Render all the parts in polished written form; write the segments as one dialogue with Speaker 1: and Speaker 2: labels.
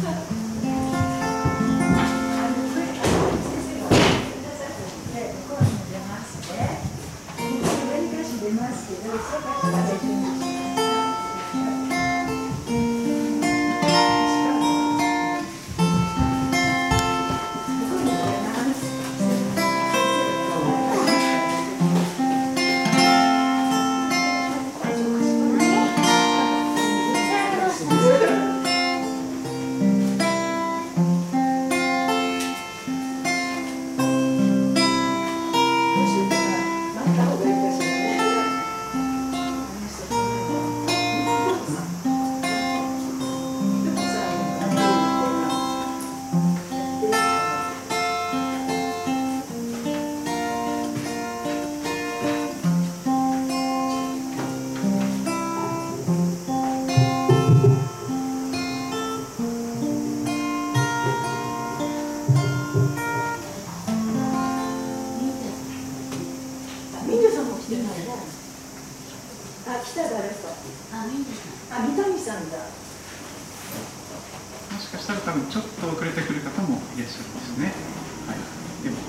Speaker 1: もしかしたら多分ちょっと遅れてくる方もいらっしゃるんですね。はい、でも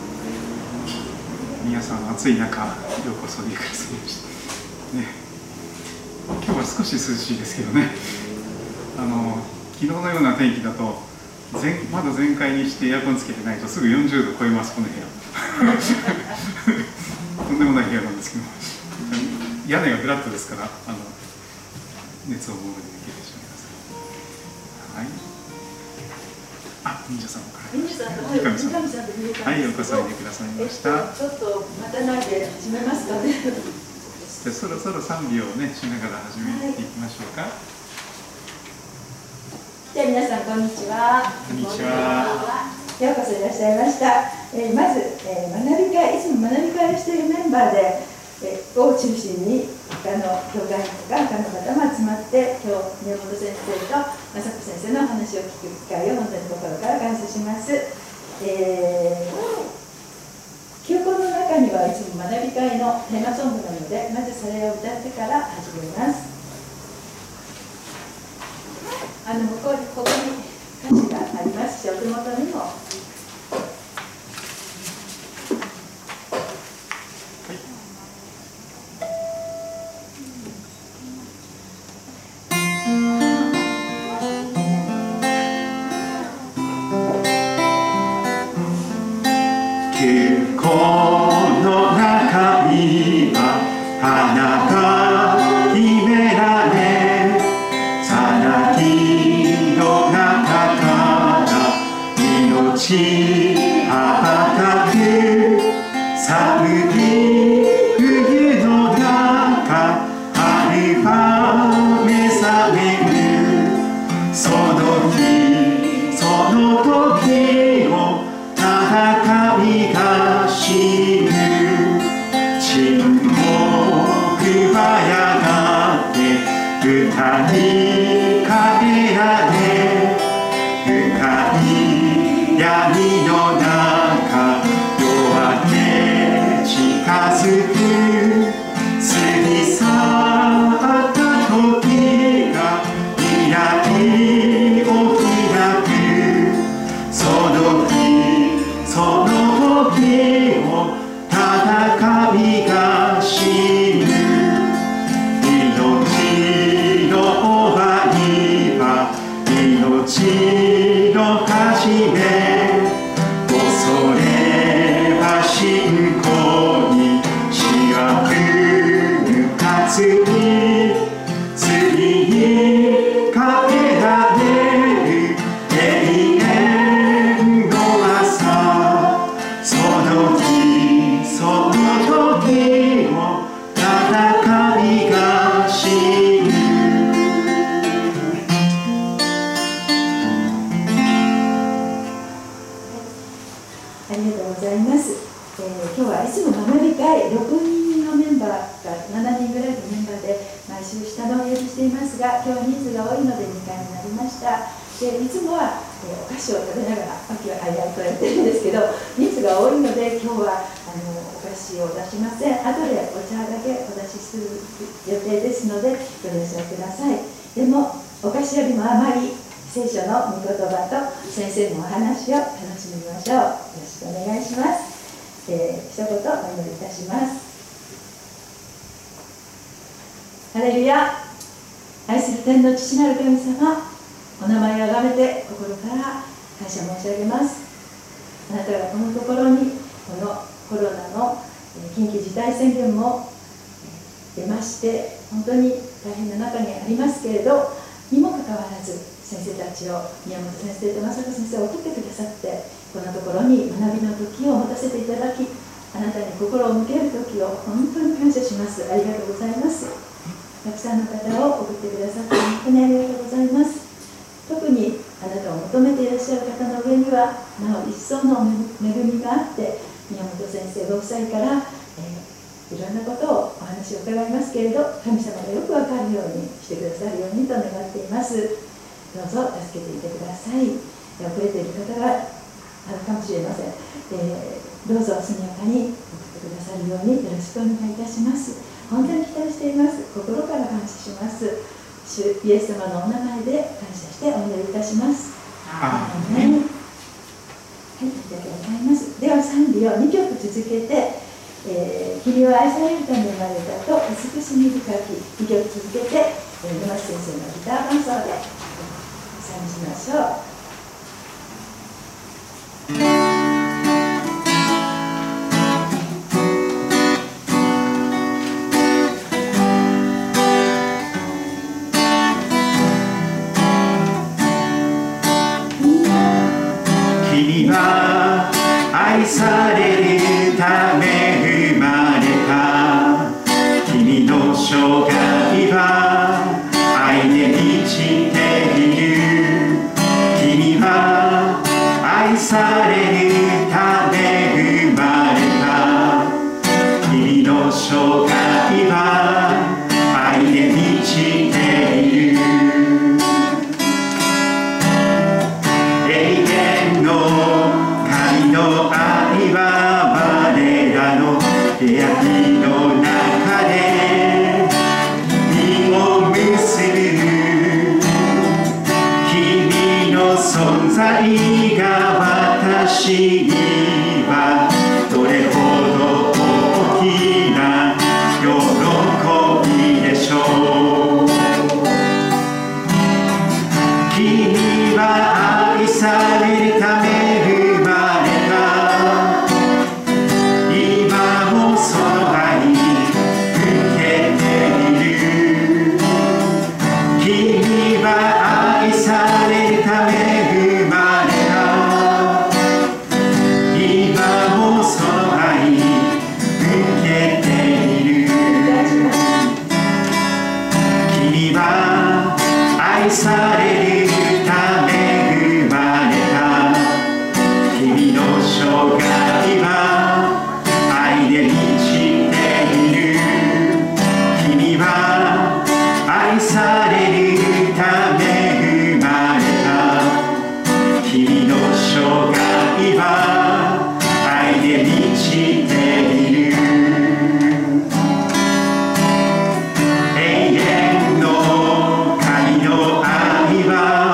Speaker 1: 皆さん暑い中ようこそおいでくださいました、ね。今日は少し涼しいですけどね。昨日のような天気だと窓全開にしてエアコンつけてないとすぐ40度超えます、この部屋。とんでもない部屋なんですけど、屋根がフラットですから熱をもろに受けてしまいます。はい。あ、忍者さんから。
Speaker 2: 忍者さん、
Speaker 1: 三上さん。はい、お越しいでくださいました。
Speaker 2: ちょっと待たないで始めますかね。
Speaker 1: じゃそろそろ賛美をねしながら始めていきましょうか。
Speaker 2: じゃあ皆さんこんにちは。
Speaker 1: こんにちは。
Speaker 2: ようこそいらっしゃいました。まず、学び会、いつも学び会をしているメンバーで、を中心に他の教会とか他の方も集まって今日宮本先生と雅子先生のお話を聞く機会を本当に心から感謝します。教皇の中にはいつも学び会のテーマソングなのでまずそれを歌ってから始めます。ここに歌詞がありますしお手元にも聖書の御言葉と先生のお話を楽しみましょう。よろしくお願いします。一言お祈りいたします。ハレルヤ。愛する天の父なる神様、お名前をあがめて心から感謝申し上げます。あなたがこのところにこのコロナの緊急事態宣言も出まして、本当に大変な中にありますけれどにもかかわらず、先生たちを宮本先生と正子先生を送ってくださって、こんなところに学びの時を持たせていただき、あなたに心を向ける時を本当に感謝します。ありがとうございます。たくさんの方を送ってくださって本当にありがとうございます。特にあなたを求めていらっしゃる方の上にはなお一層の恵みがあって、宮本先生ご夫妻から、いろんなことをお話を伺いますけれど、神様がよく分かるようにしてくださるようにと願っています。どうぞ助けていてください。遅れている方があるかもしれません。どうぞ速やかに送ってくださるようによろしくお願いいたします。本当に期待しています。心から感謝します。主イエス様のお名前で感謝してお祈りいたします。アーメン。はい、ありがとうございます。では賛美を2曲続けて、君は愛されるために生まれたと美しみ深き2曲続けて、沼津先生のギター伴奏で賛美しましょう。
Speaker 3: 君は愛されるため生まれた。君の生涯は愛で満ちている。君は愛されるため生まれた。君の生涯は愛で満ちている。神の愛は我らの手焼きの中で実を結ぶ。君の存在が私にはどれほど大きな喜びでしょう。君は愛されるため愛されるため生まれた。君の生涯は愛で満ちている。君は愛されるため生まれた。君の生涯は愛で満ちている。永遠の神の愛は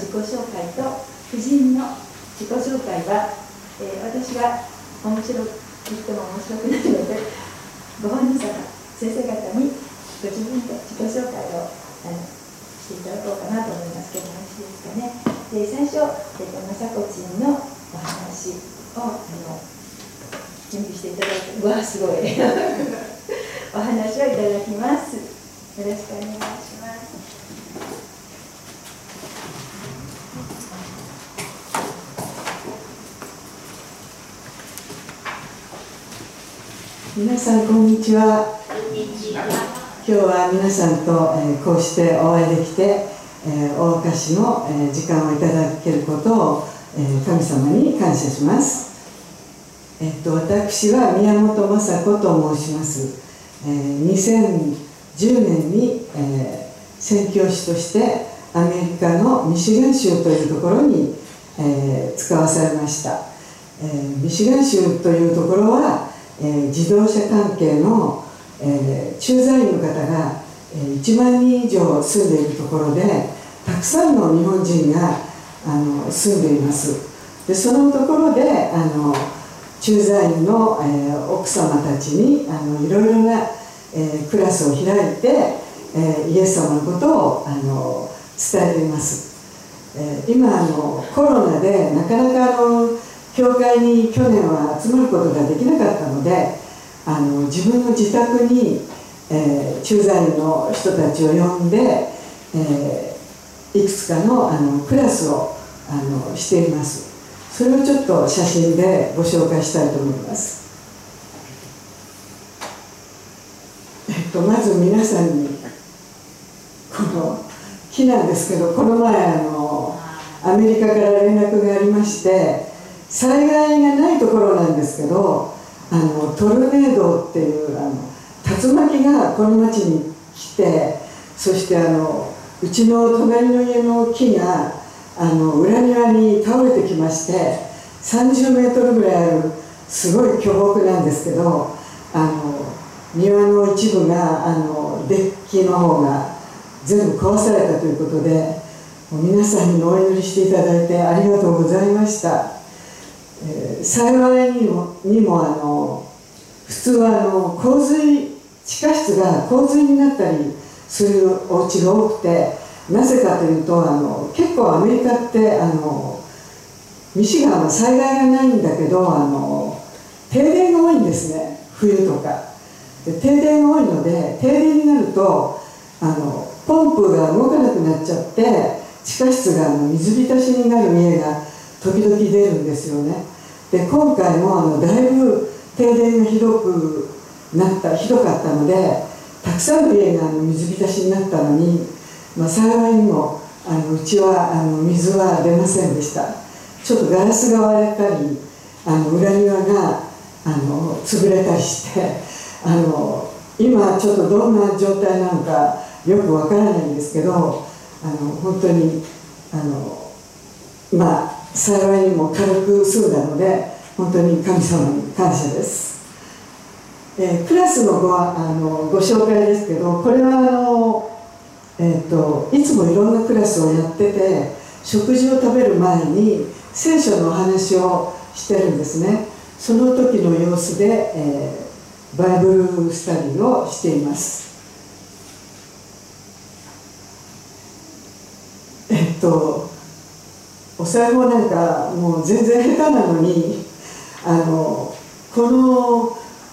Speaker 2: 自己紹介と夫人の自己紹介は、私が面白く言っても面白くないので、ご本人様、先生方にご自分で自己紹介をしていただこうかなと思いますけど、よろしいですかね。で、最初、雅子ちんのお話を準備していただいて、うわ、すごいお話をいただきます。よろしくお願いします。
Speaker 4: 皆さんこんにちは。今日は皆さんと、こうしてお会いできて、お明かしの、時間をいただけることを、神様に感謝します。私は宮本雅子と申します。2010年に、宣教師としてアメリカのミシガン州というところに、使わされました。ミシガン州というところは自動車関係の、駐在員の方が、1万人以上住んでいるところで、たくさんの日本人が住んでいます。でそのところで駐在員の、奥様たちにいろいろな、クラスを開いて、イエス様のことを伝えています。今コロナでなかなか教会に去年は集まることができなかったので、自分の自宅に、駐在員の人たちを呼んで、いくつかのクラスをしています。それをちょっと写真でご紹介したいと思います。まず皆さんにこの木なんですけど、この前アメリカから連絡がありまして、災害がないところなんですけど、トルネードっていう竜巻がこの町に来て、そしてうちの隣の家の木が裏庭に倒れてきまして、30メートルぐらいあるすごい巨木なんですけど、庭の一部がデッキの方が全部壊されたということで、皆さんにお祈りしていただいてありがとうございました。幸いにも普通は洪水、地下室が洪水になったりするお家が多くて、なぜかというと結構アメリカってミシガンは災害がないんだけど停電が多いんですね、冬とかで。停電が多いので、停電になるとポンプが動かなくなっちゃって、地下室が水浸しになる家が時々出るんですよね。で今回もだいぶ停電がひどかったので、たくさんの家が水浸しになったのに、幸いにもうちは水は出ませんでした。ちょっとガラスが割れたり裏庭が潰れたりして今ちょっとどんな状態なのかよくわからないんですけど、本当に幸いにも軽く済んだので、本当に神様に感謝です。クラスのご紹介ですけど、これはいつもいろんなクラスをやってて、食事を食べる前に聖書のお話をしてるんですね。その時の様子で、バイブルスタディをしています。お裁縫なんかもう全然下手なのにこの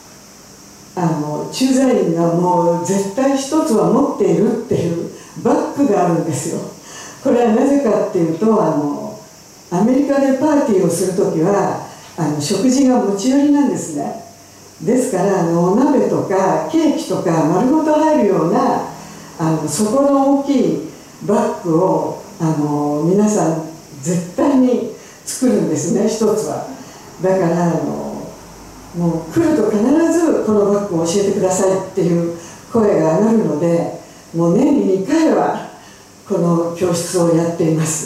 Speaker 4: 駐在員がもう絶対一つは持っているっていうバッグがあるんですよ。これはなぜかっていうとアメリカでパーティーをするときは食事が持ち寄りなんですね。ですからお鍋とかケーキとか丸ごと入るような底の大きいバッグを皆さん絶対に作るんですね、一つは。だからもう来ると必ずこのバッグを教えてくださいっていう声が上がるので、もう年に2回はこの教室をやっています。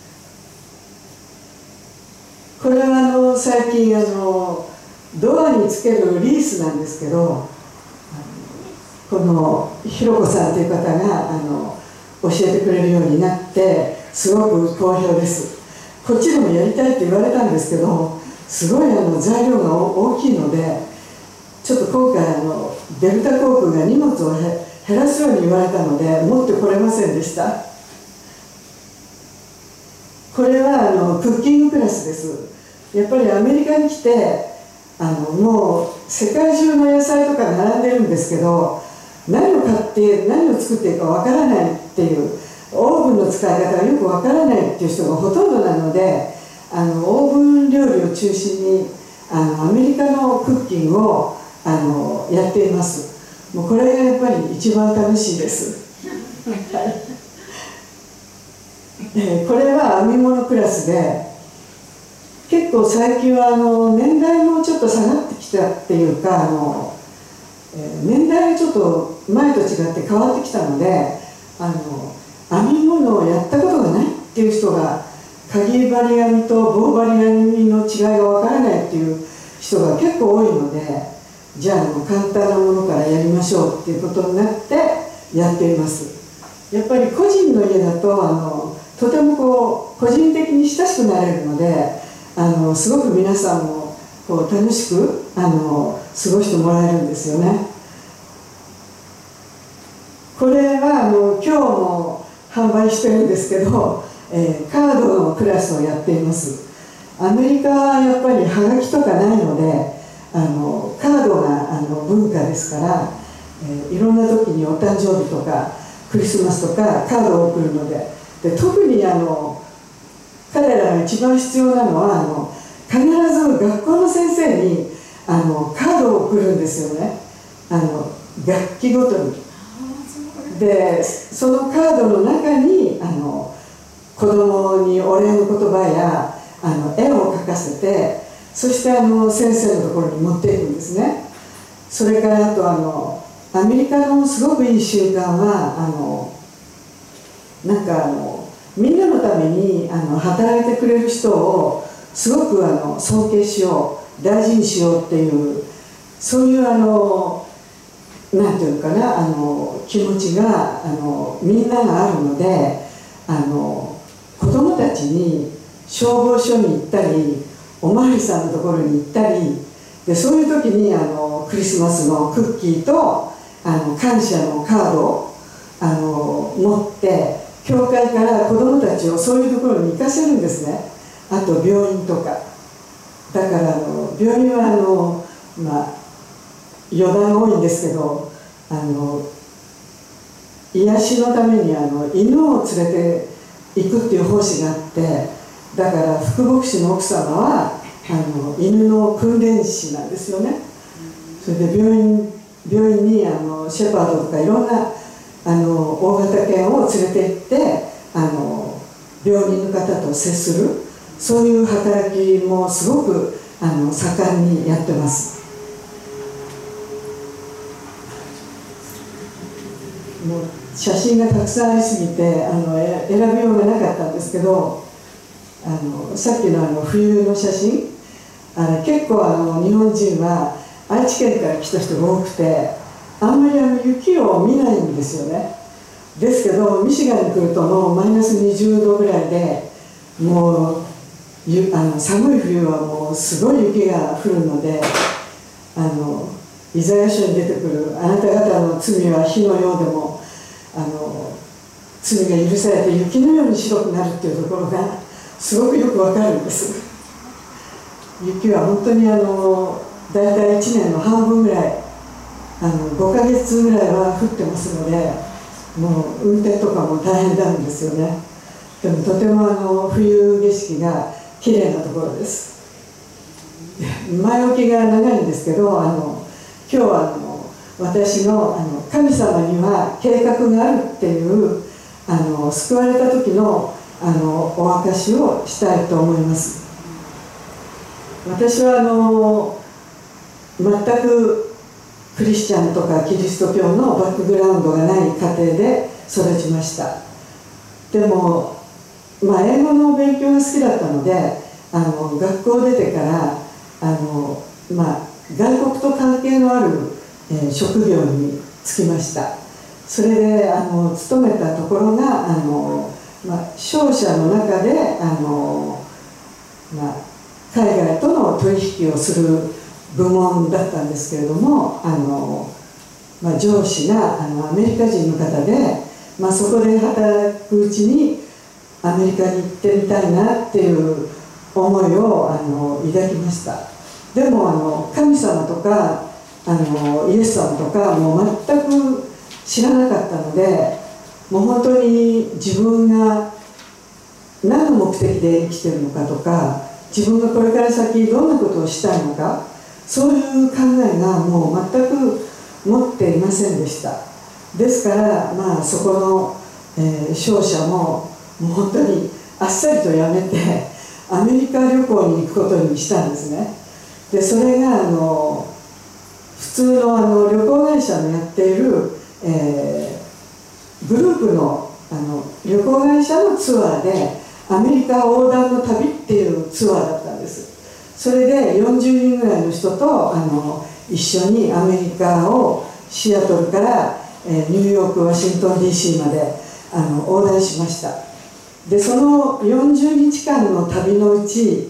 Speaker 4: これは最近ドアにつけるリースなんですけど、このひろこさんという方が教えてくれるようになってすごく好評です。こっちでもやりたいって言われたんですけど、すごい材料が大きいので、ちょっと今回デルタ航空が荷物を減らすように言われたので持ってこれませんでした。これはクッキングクラスです。やっぱりアメリカに来てもう世界中の野菜とか並んでるんですけど、何を買って何を作っていいかわからないっていう、オーブンの使い方がよくわからないっていう人がほとんどなので、オーブン料理を中心にアメリカのクッキングをやっています。もうこれがやっぱり一番楽しいです。これは編み物クラスで、結構最近は年代もちょっと下がってきたっていうか、年代がちょっと前と違って変わってきたので、編み物をやったことがないっていう人が、かぎ針編みと棒針編みの違いがわからないっていう人が結構多いので、じゃあ簡単なものからやりましょうっていうことになってやっています。やっぱり個人の家だととても個人的に親しくなれるので、すごく皆さんも楽しく過ごしてもらえるんですよね。これは今日も販売してるんですけど、カードのクラスをやっています。アメリカはやっぱりはがきとかないので、カードが文化ですから、いろんな時にお誕生日とかクリスマスとかカードを送るので、特に彼らが一番必要なのは必ず学校の先生にカードを送るんですよね、学期ごとに。でそのカードの中に子供にお礼の言葉や絵を描かせて、そして先生のところに持っていくんですね。それからあとアメリカのすごくいい習慣はなんかみんなのために働いてくれる人をすごく尊敬しよう、大事にしようっていう、そういうなんていうかな、気持ちがみんながあるので、子どもたちに消防署に行ったり、おまわりさんのところに行ったりで、そういう時にクリスマスのクッキーと感謝のカードを持って教会から子どもたちをそういうところに行かせるんですね。あと病院とかだから病院は余談が多いんですけど、癒しのために犬を連れて行くっていう奉仕があって、だから副牧師の奥様は犬の訓練士なんですよね。それで病院にシェパードとかいろんな大型犬を連れて行って病人の方と接する、そういう働きもすごく盛んにやってます。もう写真がたくさんありすぎて選びようがなかったんですけど、さっきの冬の写真、結構日本人は愛知県から来た人が多くて、あんまり雪を見ないんですよね。ですけどミシガンに来るともうマイナス20度ぐらいで、もう寒い冬はもうすごい雪が降るので、イザヤ書に出てくるあなた方の罪は火のようでも罪が許されて雪のように白くなるっていうところがすごくよくわかるんです。雪は本当にだいたい1年の半分ぐらい5ヶ月ぐらいは降ってますので、もう運転とかも大変なんですよね。でもとても冬景色が綺麗なところです。前置きが長いんですけど、今日は私の神様には計画があるっていう救われた時のお証しをしたいと思います。私は全くクリスチャンとかキリスト教のバックグラウンドがない家庭で育ちました。でも、英語の勉強が好きだったので学校出てから外国と関係のある、職業に就きました。それで勤めたところが商社の中で海外との取引をする部門だったんですけれども、上司がアメリカ人の方で、そこで働くうちにアメリカに行ってみたいなっていう思いを抱きました。でも神様とかイエス様とかもう全く知らなかったので、もう本当に自分が何の目的で生きてるのかとか、自分がこれから先どんなことをしたいのか、そういう考えがもう全く持っていませんでした。ですからそこの、商社ももう本当にあっさりとやめてアメリカ旅行に行くことにしたんですね。でそれが普通の旅行会社のやっている、グループの旅行会社のツアーでアメリカ横断の旅っていうツアーだったんです。それで40人ぐらいの人と一緒にアメリカをシアトルから、ニューヨーク、ワシントン DC まで横断しました。でその40日間の旅のうち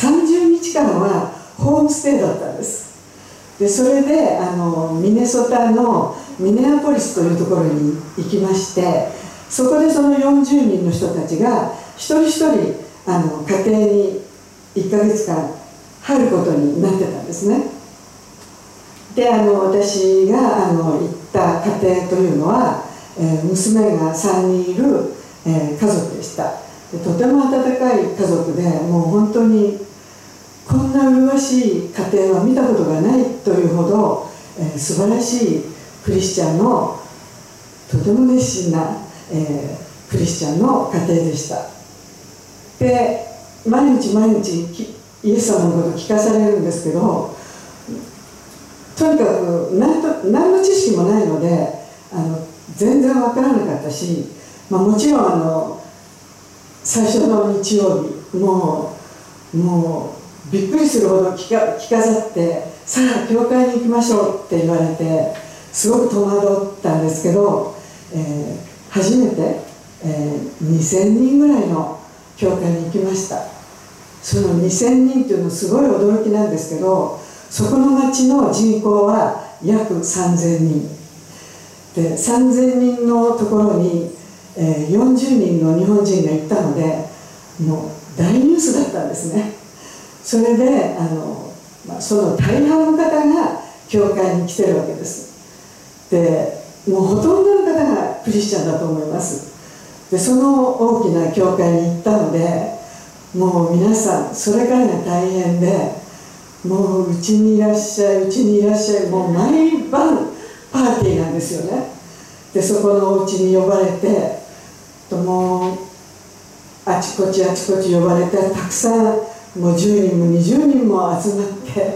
Speaker 4: 30日間はホームステイだったんです。でそれでミネソタのミネアポリスというところに行きまして、そこでその40人の人たちが一人一人家庭に1ヶ月間入ることになってたんですね。で私が行った家庭というのは、娘が3人いる、家族でした。でとても温かい家族で、もう本当にこんな麗しい家庭は見たことがないというほど、素晴らしいクリスチャンのとても熱心な、クリスチャンの家庭でした。で毎日イエス様のことを聞かされるんですけど、とにかく何の知識もないので全然わからなかったし、もちろん最初の日曜日もうびっくりするほど着飾って「さあ教会に行きましょう」って言われて、すごく戸惑ったんですけど、初めて、2000人ぐらいの教会に行きました。その2000人っていうのすごい驚きなんですけど、そこの町の人口は約3000人で、3000人のところに、40人の日本人が行ったので、もう大ニュースだったんですね。それでその大半の方が教会に来てるわけです。でもうほとんどの方がクリスチャンだと思います。でその大きな教会に行ったので、もう皆さんそれからが大変で、もううちにいらっしゃい、うちにいらっしゃい、もう毎晩パーティーなんですよね。でそこのお家に呼ばれて、もうあちこち呼ばれて、たくさんもう10人も20人も集まって、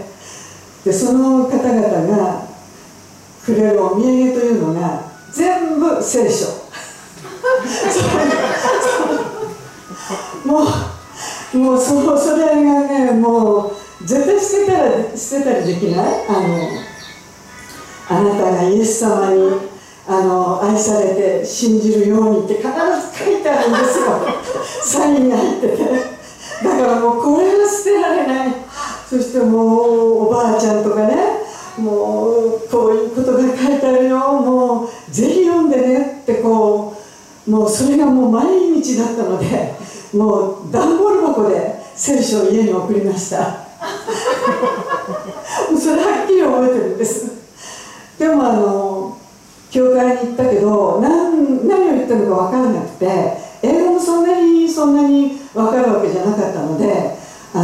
Speaker 4: でその方々がくれるお土産というのが全部聖書もうそれがね、もう絶対捨てたりできない。あなたがイエス様に愛されて信じるようにって必ず書いてあるんですよサインが入ってて。だからもうこれは捨てられない。そしてもうおばあちゃんとかね、もうこういうことが書いてあるよ、もうぜひ読んでねってもうそれがもう毎日だったので、もう段ボール箱で聖書を家に送りましたそれはっきり覚えてるんです。でも教会に行ったけど何を言ってるのか分からなくて、英語もそんなに分かるわけじゃなかったので、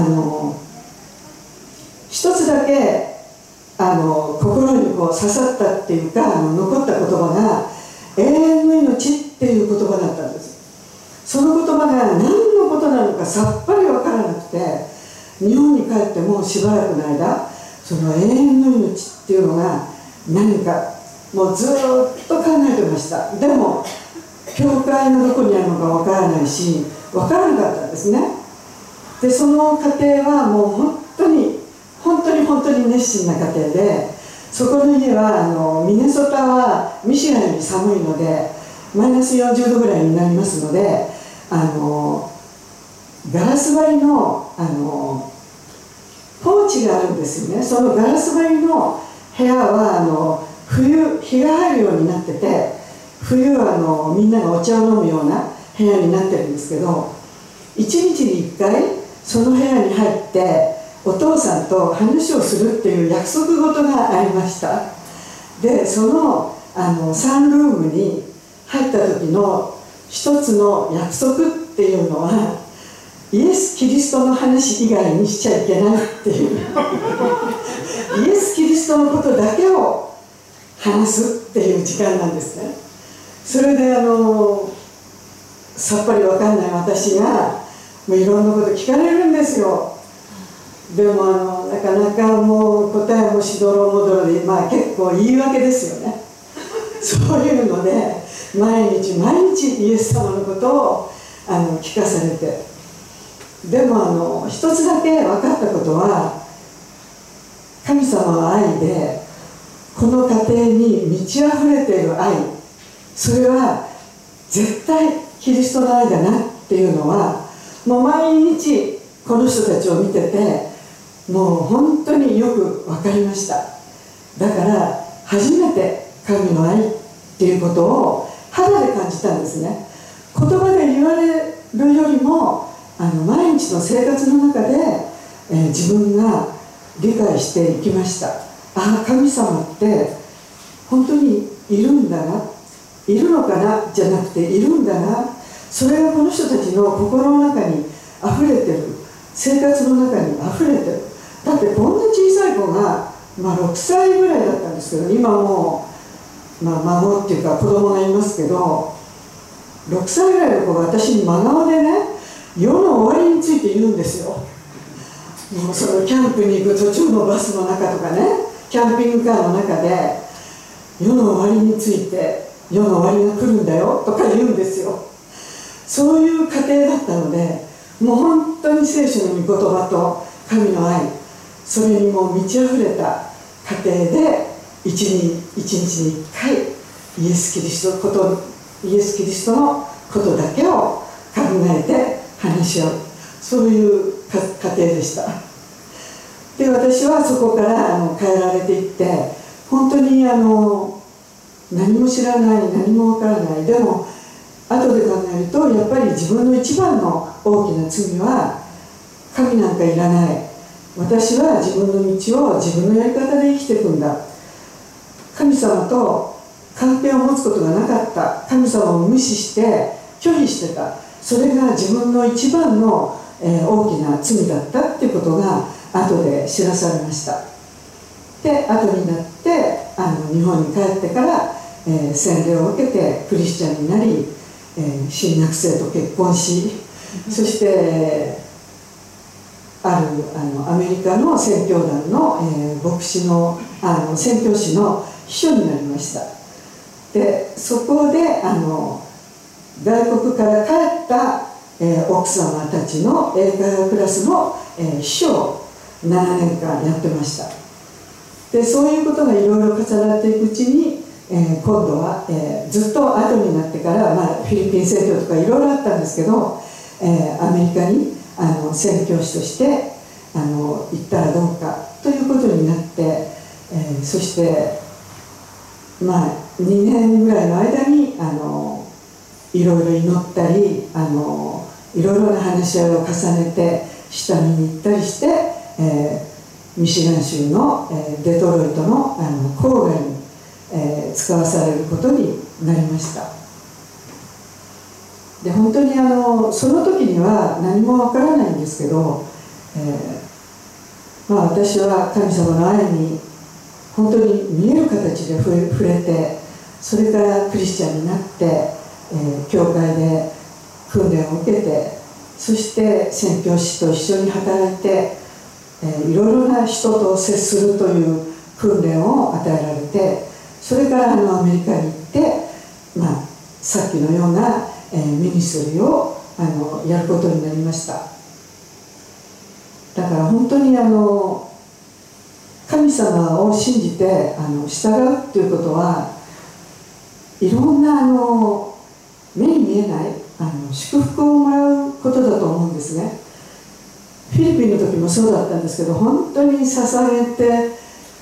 Speaker 4: 一つだけ心に刺さったっていうか残った言葉が永遠の命っていう言葉だったんです。その言葉が何のことなのかさっぱり分からなくて、日本に帰ってもしばらくの間、その永遠の命っていうのが何かもうずっと考えてました。でも教会のどこにあるのか分からないし、分からなかったんですね。でその家庭はもう本当に熱心な家庭で、そこの家はミネソタはミシガンより寒いのでマイナス40度ぐらいになりますので、 ガラス張りの、ポーチがあるんですよね。そのガラス張りの部屋は冬日が入るようになってて、冬はみんながお茶を飲むような部屋になってるんですけど、1日に1回その部屋に入ってお父さんと話をするっていう約束事がありました。でそのサンルームに入った時の一つの約束っていうのは、イエス・キリストの話以外にしちゃいけないっていうイエス・キリストのことだけを話すっていう時間なんですね。それでさっぱり分かんない私がもういろんなこと聞かれるんですよ。でもなかなかもう答えもしどろもどろで、結構言い訳ですよね。そういうので毎日毎日イエス様のことを聞かされて、でも一つだけ分かったことは、神様は愛で、この家庭に満ち溢れている愛、それは絶対キリストの愛だなっていうのは、もう毎日この人たちを見ててもう本当によく分かりました。だから初めて神の愛っていうことを肌で感じたんですね。言葉で言われるよりも毎日の生活の中で、自分が理解していきました。ああ、神様って本当にいるんだな、いるのかなじゃなくているんだな、それがこの人たちの心の中にあふれてる、生活の中にあふれてる。だってこんな小さい子が、6歳ぐらいだったんですけど、今もう、孫っていうか子供がいますけど、6歳ぐらいの子が私に真顔でね、世の終わりについて言うんですよ。もうそのキャンプに行く途中のバスの中とかね、キャンピングカーの中で世の終わりについて、世の終わりが来るんだよとか言うんですよ。そういう家庭だったので、もう本当に聖書の御言葉と神の愛、それにもう満ち溢れた家庭で一日に1回イエス・キリストのことだけを考えて話し合う、そういう家庭でした。で私はそこから変えられていって、本当に何も知らない、何もわからない、でも後で考えるとやっぱり自分の一番の大きな罪は、神なんかいらない、私は自分の道を自分のやり方で生きていくんだ、神様と関係を持つことがなかった、神様を無視して拒否してた、それが自分の一番の、大きな罪だったっていうことが後で知らされました。で後になって日本に帰ってから、洗礼を受けてクリスチャンになり、新約生と結婚し、そしてあるアメリカの宣教団の、牧師の宣教師の秘書になりました。でそこで外国から帰った、奥様たちの英会話クラスの、秘書を7年間やってました。でそういうことがいろいろ重なっていくうちに、今度は、ずっと後になってから、フィリピン宣教とかいろいろあったんですけど、アメリカに宣教師として行ったらどうかということになって、そして2年ぐらいの間にいろいろ祈ったりいろいろな話し合いを重ねて下見に行ったりして、ミシガン州の、デトロイトの郊外に、使わされることになりました。で本当にその時には何もわからないんですけど、私は神様の愛に本当に見える形で触れて、それからクリスチャンになって、教会で訓練を受けて、そして宣教師と一緒に働いて、いろいろな人と接するという訓練を与えられて、それからアメリカに行って、さっきのような、ミニストリーをやることになりました。だから本当に神様を信じて従うっていうことは、いろんな目に見えない祝福をもらうことだと思うんですね。フィリピンの時もそうだったんですけど、本当に捧げて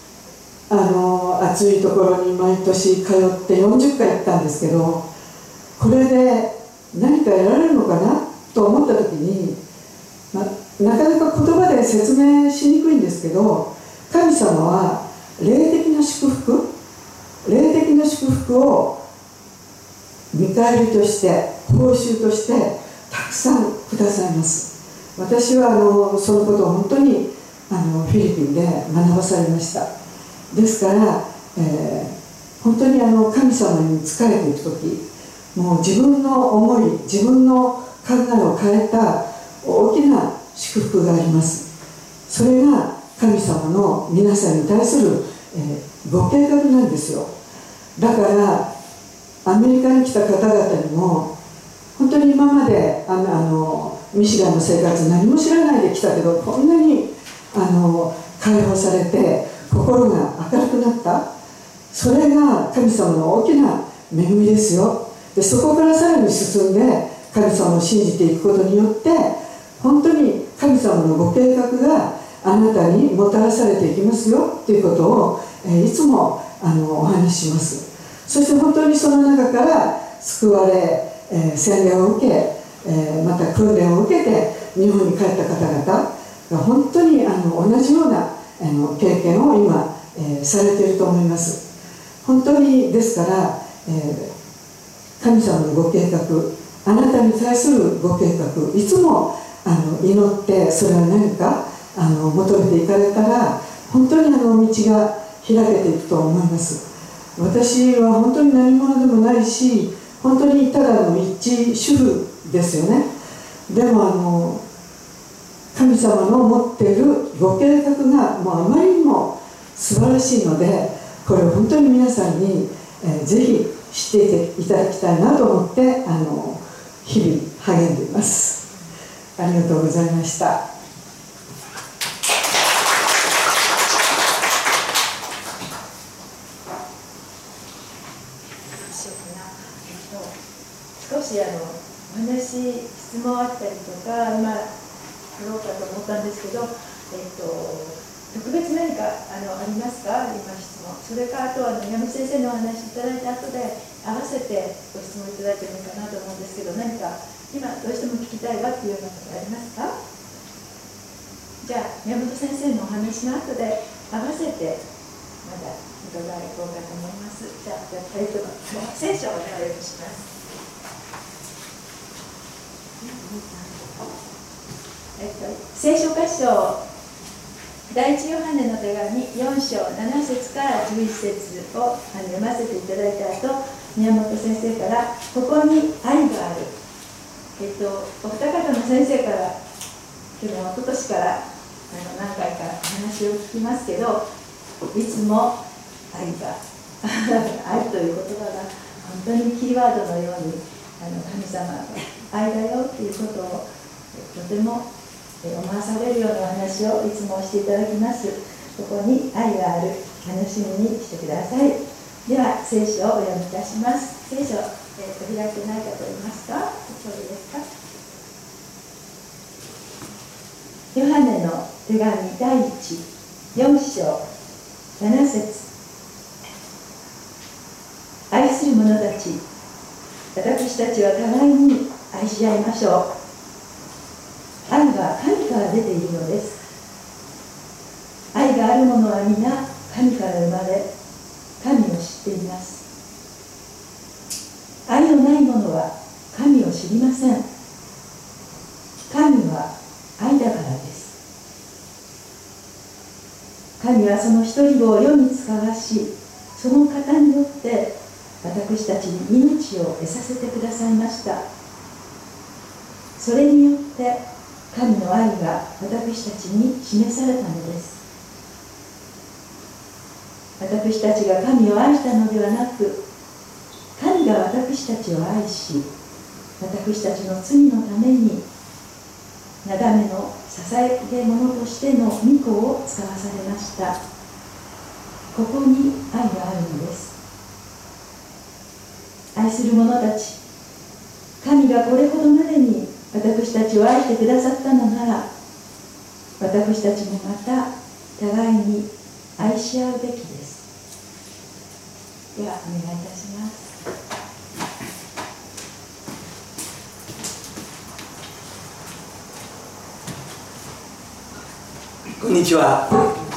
Speaker 4: 暑いところに毎年通って40回行ったんですけど、これで何か得られるのかなと思った時に、なかなか言葉で説明しにくいんですけど、神様は霊的な祝福を見返りとして報酬としてたくさんくださいます。私はそのことを本当にフィリピンで学ばされました。ですから、本当に神様に仕えていく時、もう自分の思い、自分の考えを変えた大きな祝福があります。それが神様の皆さんに対する、ご計画なんですよ。だからアメリカに来た方々にも、本当に今までミシガンの生活何も知らないで来たけど、こんなに解放されて心が明るくなった、それが神様の大きな恵みですよ。でそこからさらに進んで神様を信じていくことによって、本当に神様のご計画があなたにもたらされていきますよということを、いつもお話しします。そして本当にその中から救われ、洗礼を受け、また訓練を受けて日本に帰った方々が本当に同じような経験を今、されていると思います。本当にですから、神様のご計画、あなたに対するご計画、いつも祈って、それは何か求めていかれたら、本当に道が開けていくと思います。私は本当に何者でもないし、本当にただの一主婦ですよね。でも神様の持っているご計画がもうあまりにも素晴らしいので、これを本当に皆さんに、ぜひ知っていただきたいなと思って日々励んでいます。ありがとうございました。
Speaker 2: 少しお話、質問あったりとか今振ろうかと思ったんですけど、特別何かありますか、今質問。それかあとは宮本先生のお話いただいた後で合わせてご質問いただいてもいいかなと思うんですけど、何か今どうしても聞きたいわっていうようなことありますか？じゃあ宮本先生のお話の後で合わせてまだ伺いこうかと思います。じゃあ聖書をお願いします。聖書箇所、第一ヨハネの手紙4章7節から11節を読ませていただいた後、宮本先生からここに愛がある、お二方の先生から去年一昨年から何回か話を聞きますけど、いつも愛が愛という言葉が本当にキーワードのように神様が愛だよということをとても思わされるようなお話をいつもしていただきます。ここに愛がある、楽しみにしてください。では聖書をお読みいたします。聖書、開いてない方いますか？そうですか？ヨハネの手紙第4章7節、愛する者たち、私たちは互いに愛し合いましょう。愛は神から出ているのです。愛がある者は皆神から生まれ、神を知っています。愛のない者は神を知りません。神は愛だからです。神はその一人を世に使わし、その方によって私たちに命を得させてくださいました。それによって神の愛が私たちに示されたのです。私たちが神を愛したのではなく、神が私たちを愛し、私たちの罪のためになだめの捧げ物としての御子を使わされました。ここに愛があるのです。愛する者たち、 神がこれほどまでに私たちを愛してくださったのなら、私たちもまた互いに愛し合うべきです。ではお願いいたします。
Speaker 5: こんにちは。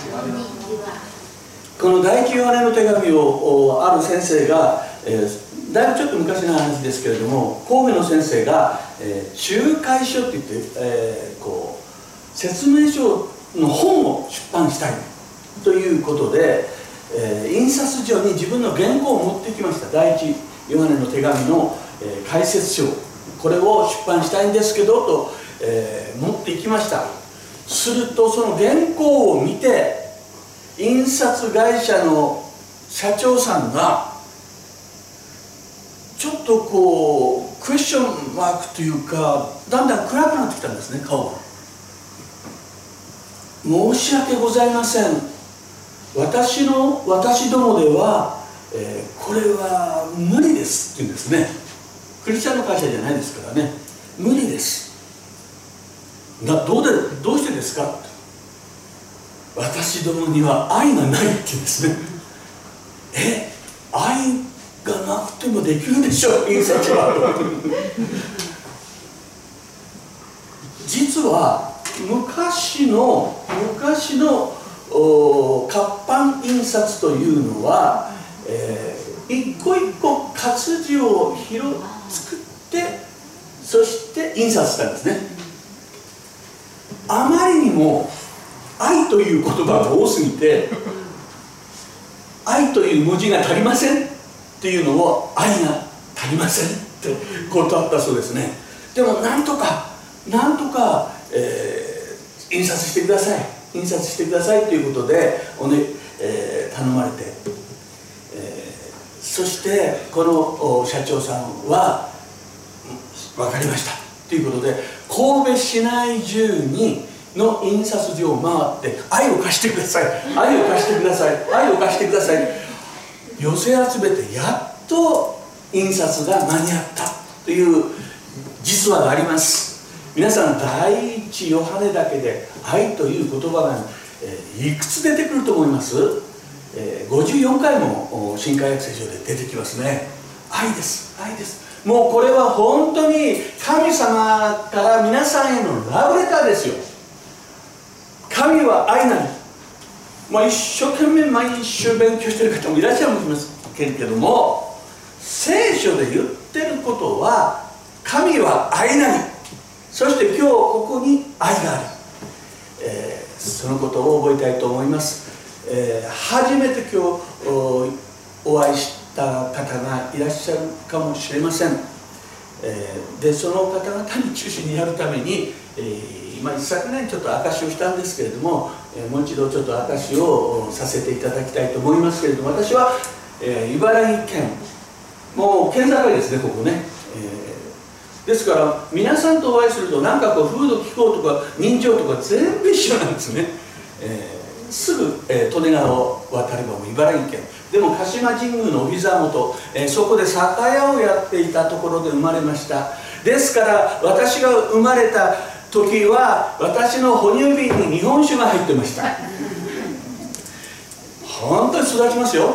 Speaker 5: この第一ヨハネの手紙をある先生が、だいぶちょっと昔の話ですけれども、神戸の先生が、仲介書っていって、説明書の本を出版したいということで、印刷所に自分の原稿を持ってきました。第一ヨハネの手紙の、解説書、これを出版したいんですけどと、持ってきました。するとその原稿を見て、印刷会社の社長さんがちょっとクエスチョンマークというか、だんだん暗くなってきたんですね、顔が。申し訳ございません、私どもでは、これは無理ですって言うんですね。クリスチャンの会社じゃないですからね。無理です。どうしてですか。私どもには愛がないって言うんですね。愛がなくてもできるでしょう、印刷は。実は昔の活版印刷というのは、一個一個活字を作って、そして印刷したんですね。あまりにも愛という言葉が多すぎて、愛という文字が足りませんっていうのを、愛が足りませんって断ったそうですね。でもなんとか、印刷してください、印刷してくださいということで頼まれて、そしてこの社長さんは分かりましたということで、神戸市内中の印刷所を回って、愛を貸してください、愛を貸してください、愛を貸してください、寄せ集めてやっと印刷が間に合ったという実話があります。皆さん、第一ヨハネだけで愛という言葉が、いくつ出てくると思います？54回も新海約聖書で出てきますね。愛です、愛です。もうこれは本当に神様から皆さんへのラブレターですよ。神は愛なり。一生懸命毎週勉強している方もいらっしゃるかもしれませんけども、聖書で言ってることは、神は愛なり。そして今日ここに愛がある、そのことを覚えたいと思います。初めて今日お会いした方がいらっしゃるかもしれません。でその方々に中心にやるために、一昨年ちょっと証しをしたんですけれども、もう一度ちょっと証しをさせていただきたいと思いますけれども、私は、茨城県、もう県境ですね、ここね。ですから皆さんとお会いすると、なんか風土気候とか人情とか全部一緒なんですね。すぐ、利根川を渡ればもう茨城県でも、鹿島神宮のお膝元、そこで酒屋をやっていたところで生まれました。ですから私が生まれた時は、私の哺乳瓶に日本酒が入ってました。本当に育ちますよ。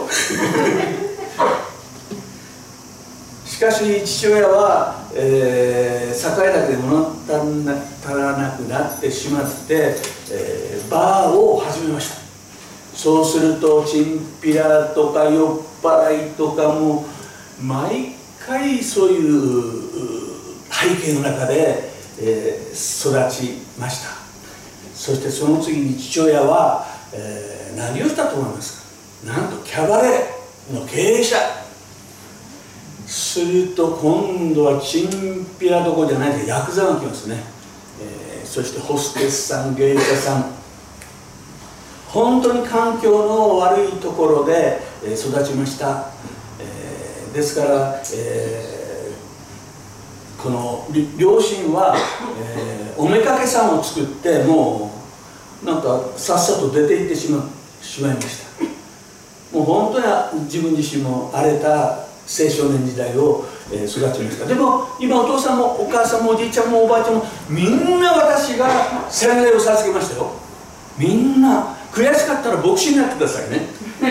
Speaker 5: しかし父親は、栄だけで物足らなくなってしまって、バーを始めました。そうするとチンピラとか酔っ払いとか、もう毎回そういう背景の中で、育ちました。そしてその次に父親は、何をしたと思いますか？なんとキャバレーの経営者。すると今度はチンピラどころじゃないでヤクザが来ますね。そしてホステスさん、芸者さん、本当に環境の悪いところで育ちました。ですから、この両親は、おめかけさんを作って、もうなんかさっさと出て行ってしまいました。もう本当に自分自身も荒れた青少年時代を育ちました。でも今お父さんもお母さんもおじいちゃんもおばあちゃんもみんな私が洗礼を授けましたよ。みんな悔しかったら牧師になってくださいね。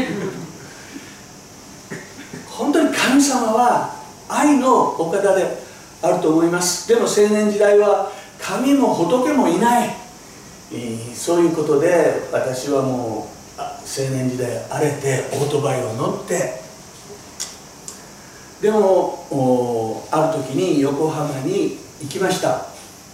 Speaker 5: 本当に神様は愛のお方であると思います。でも青年時代は神も仏もいない、そういうことで私はもう青年時代荒れてオートバイを乗って、でもある時に横浜に行きました。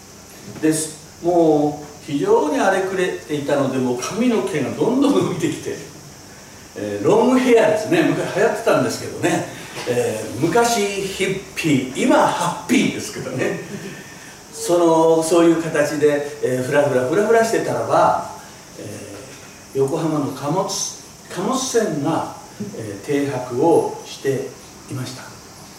Speaker 5: もう非常に荒れくれていたので、もう髪の毛がどんどん伸びてきて、ロングヘアですね。昔流行ってたんですけどね、昔ヒッピー、今ハッピーですけどね、そういう形で、フラフラしてたらば、横浜の貨物船が、停泊をしていました。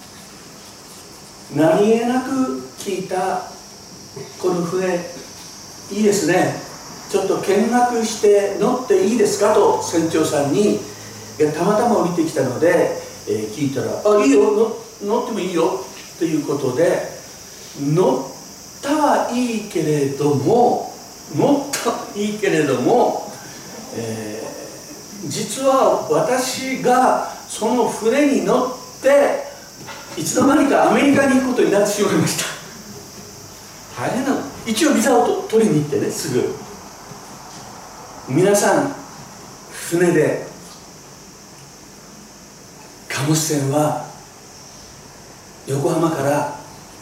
Speaker 5: 何気なく聞いた、この船いいですね、ちょっと見学して乗っていいですかと船長さんにたまたま降りてきたので、聞いたら「あ、いいよ、乗ってもいいよ」ということで、乗ったはいいけれども、実は私がその船に乗っていつの間にかアメリカに行くことになってしまいました。大変なの。一応ビザを取りに行ってね、すぐ皆さん船で、貨物船は横浜から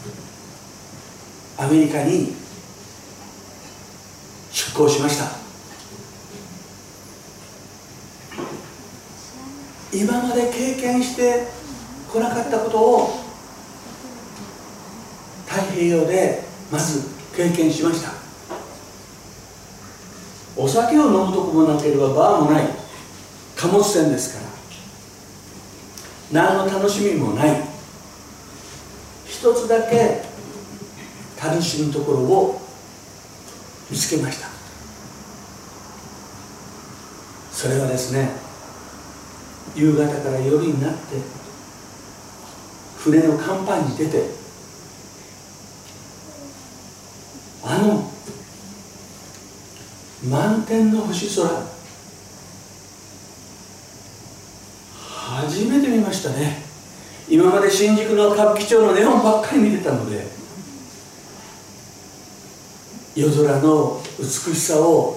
Speaker 5: アメリカに出港しました。今まで経験してこなかったことを太平洋でまず経験しました。お酒を飲むとこもなければバーもない貨物船ですから、何の楽しみもない。一つだけ楽しむところを見つけました。それはですね、夕方から夜になって船の甲板に出て、満天の星空、初めて見ましたね。今まで新宿の歌舞伎町のネオンばっかり見てたので、夜空の美しさを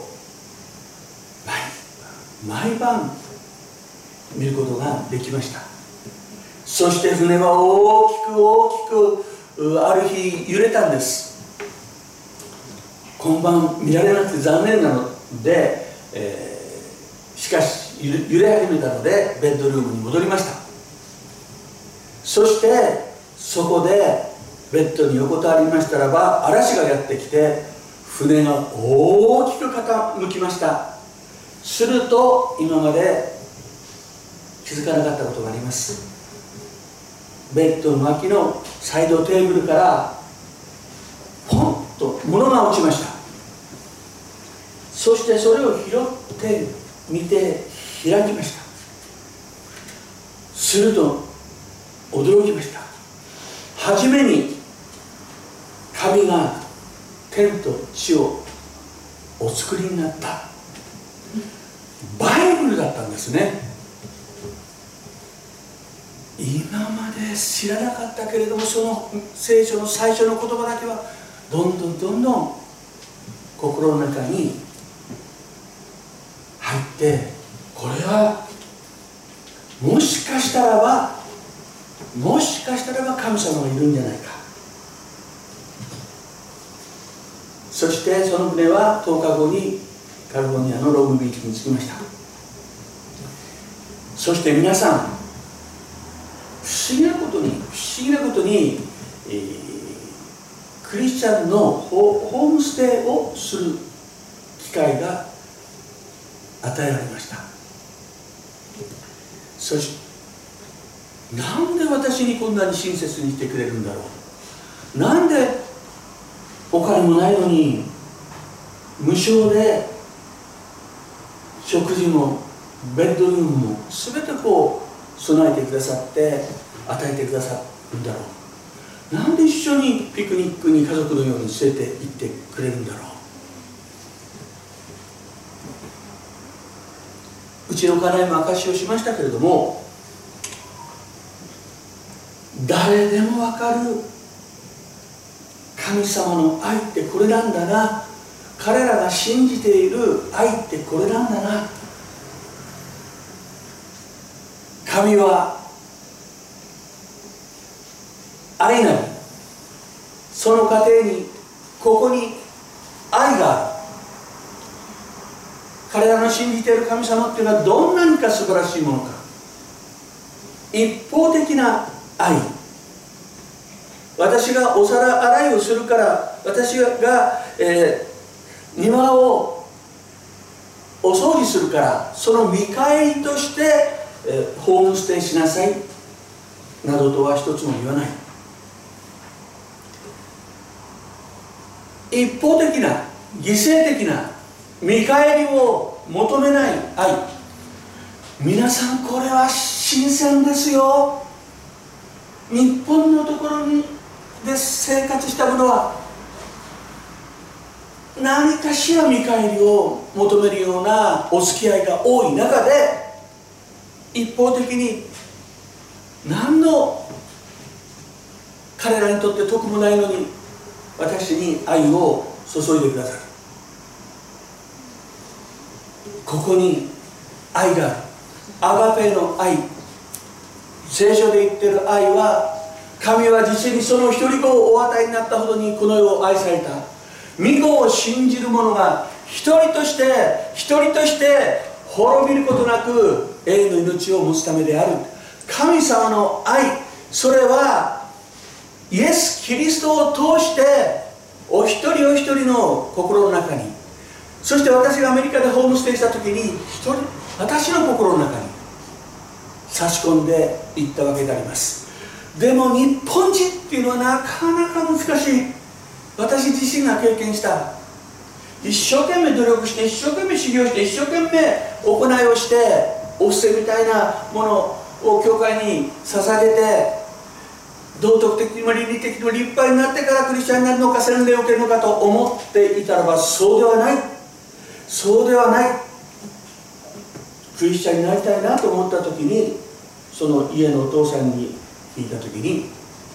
Speaker 5: 毎晩見ることができました。そして船は大きくある日揺れたんです。今晩見られなくて残念なので、しかし揺れ始めたのでベッドルームに戻りました。そしてそこでベッドに横たわりましたらば、嵐がやってきて船が大きく傾きました。すると今まで気づかなかったことがあります。ベッドの脇のサイドテーブルからポンと物が落ちました。そしてそれを拾って見て開きました。すると驚きました。初めに神が天と地をお作りになったバイブルだったんですね。今まで知らなかったけれども、その聖書の最初の言葉だけはどんどん心の中に入って、これはもしかしたらば神様がいるんじゃないか。そしてその船は10日後にカリフォルニアのロングビーチに着きました。そして皆さん、不思議なことに、クリスチャンのホームステイをする機会が与えられました。そしてなんで私にこんなに親切にしてくれるんだろう。なんでお金もないのに無償で食事もベッドルームも全てこう備えてくださって、与えてくださっんだろう。なんで一緒にピクニックに家族のように連れて行ってくれるんだろう。うちの家内も証しをしましたけれども、誰でも分かる神様の愛ってこれなんだな、彼らが信じている愛ってこれなんだな。神は愛なり、その過程にここに愛がある。彼らの信じている神様っていうのはどんなにか素晴らしいものか。一方的な愛。私がお皿洗いをするから、私が、庭をお掃除するから、その見返りとして、ホームステイしなさいなどとは一つも言わない。一方的な犠牲的な見返りを求めない愛。皆さんこれは新鮮ですよ。日本のところにで生活した者は何かしら見返りを求めるようなお付き合いが多い中で、一方的に何の彼らにとって得もないのに私に愛を注いでくださる。ここに愛がある。アガペの愛、聖書で言っている愛は、神は実にその一人子をお与えになったほどにこの世を愛された。御子を信じる者が一人として滅びることなく永遠の命を持つためである。神様の愛、それはイエス・キリストを通してお一人お一人の心の中に、そして私がアメリカでホームステイした時に私の心の中に差し込んでいったわけであります。でも日本人っていうのはなかなか難しい。私自身が経験した。一生懸命努力して、一生懸命修行して、一生懸命行いをして、お布施みたいなものを教会に捧げて、道徳的にも倫理的にも立派になってからクリスチャンになるのか洗礼を受けるのかと思っていたらば、そうではない。そうではない。クリスチャンになりたいなと思った時に、その家のお父さんに聞いた時に、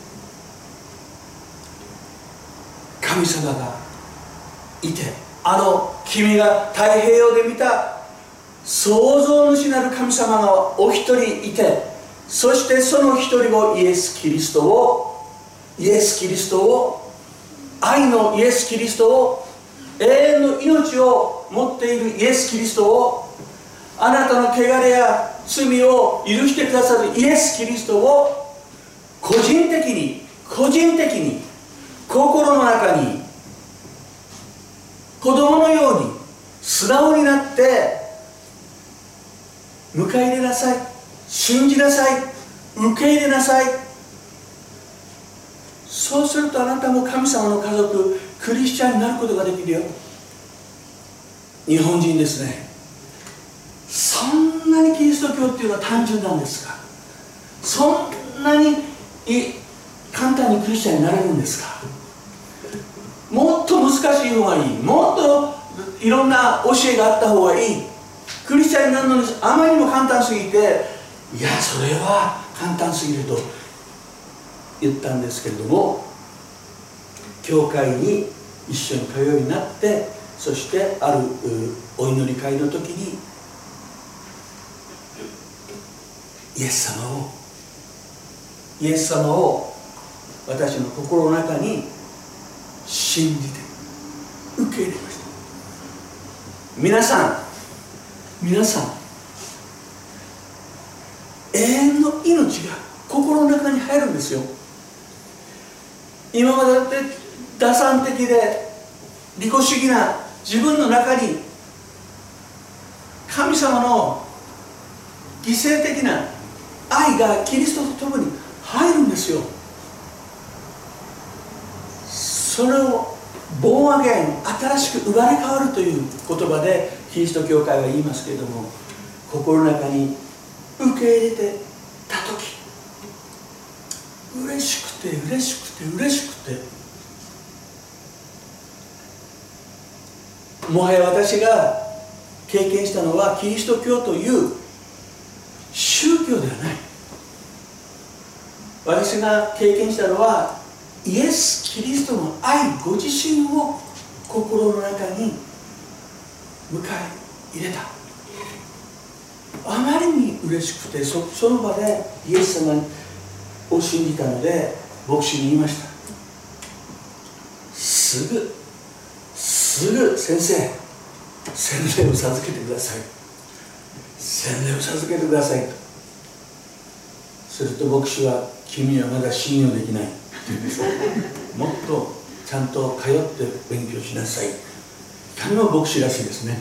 Speaker 5: 神様がいて、君が太平洋で見た創造主なる神様がお一人いて、そしてその一人をイエス・キリストを愛のイエス・キリストを、永遠の命を持っているイエス・キリストを、あなたの汚れや罪を許してくださるイエス・キリストを個人的に心の中に子供のように素直になって迎え入れなさい。信じなさい。受け入れなさい。そうするとあなたも神様の家族、クリスチャンになることができるよ。日本人ですね。そんなにキリスト教っていうのは単純なんですか？そんなに簡単にクリスチャンになれるんですか？もっと難しい方がいい。もっといろんな教えがあった方がいい。クリスチャンになるのにあまりにも簡単すぎて、いやそれは簡単すぎると言ったんですけれども、教会に一緒に通うようになって、そしてあるお祈り会の時にイエス様を私の心の中に信じて受け入れました。皆さん永遠の命が心の中に入るんですよ。今までだって打算的で利己主義な自分の中に神様の犠牲的な愛がキリストと共に入るんですよ。それをボーンアゲイン、新しく生まれ変わるという言葉でキリスト教会は言いますけれども、心の中に受け入れてた時、 嬉しくて嬉しくて嬉しくて、もはや私が経験したのはキリスト教という宗教ではない。私が経験したのはイエス・キリストの愛ご自身を心の中に迎え入れた。あまりに嬉しくて、その場でイエス様を信じたので、牧師に言いました。すぐ先生、洗礼を授けてください、洗礼を授けてくださいと。すると牧師は、君はまだ信用できないって言うんです。もっとちゃんと通って勉強しなさい。彼も牧師らしいですね。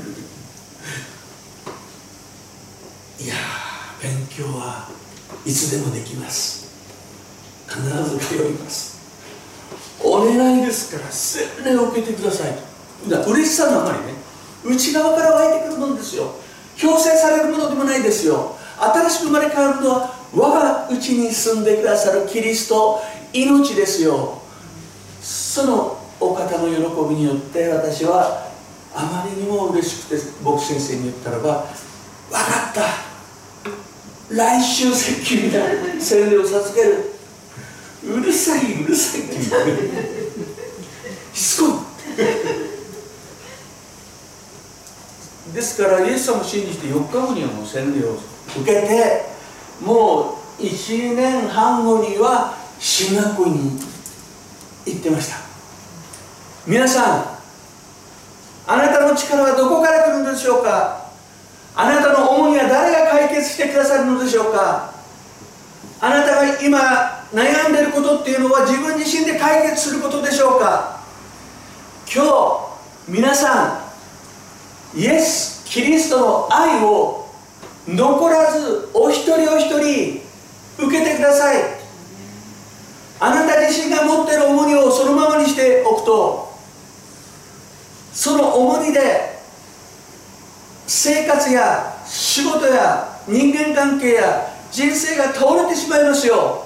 Speaker 5: いやー、勉強はいつでもできます。必ず通います。お願いですから洗礼を受けてくださいと。嬉しさのあまりね、内側から湧いてくるものですよ。強制されるものでもないですよ。新しく生まれ変わるのは我が内に住んでくださるキリスト、命ですよ。そのお方の喜びによって私はあまりにも嬉しくて、牧師先生に言ったらば、分かった、来週説教みたいな洗礼を授ける。うるさいって言うしつこいですから、イエス様を信じて4日後にはもう洗礼を受けて、もう1年半後には進学校に行ってました。皆さん、あなたの力はどこから来るのでしょうか。あなたの重荷は誰が解決してくださるのでしょうか。あなたが今悩んでいることっていうのは自分自身で解決することでしょうか。今日皆さん、イエス・キリストの愛を残らずお一人お一人受けてください。あなた自身が持っている重荷をそのままにしておくと、その重荷で生活や仕事や人間関係や人生が倒れてしまいますよ。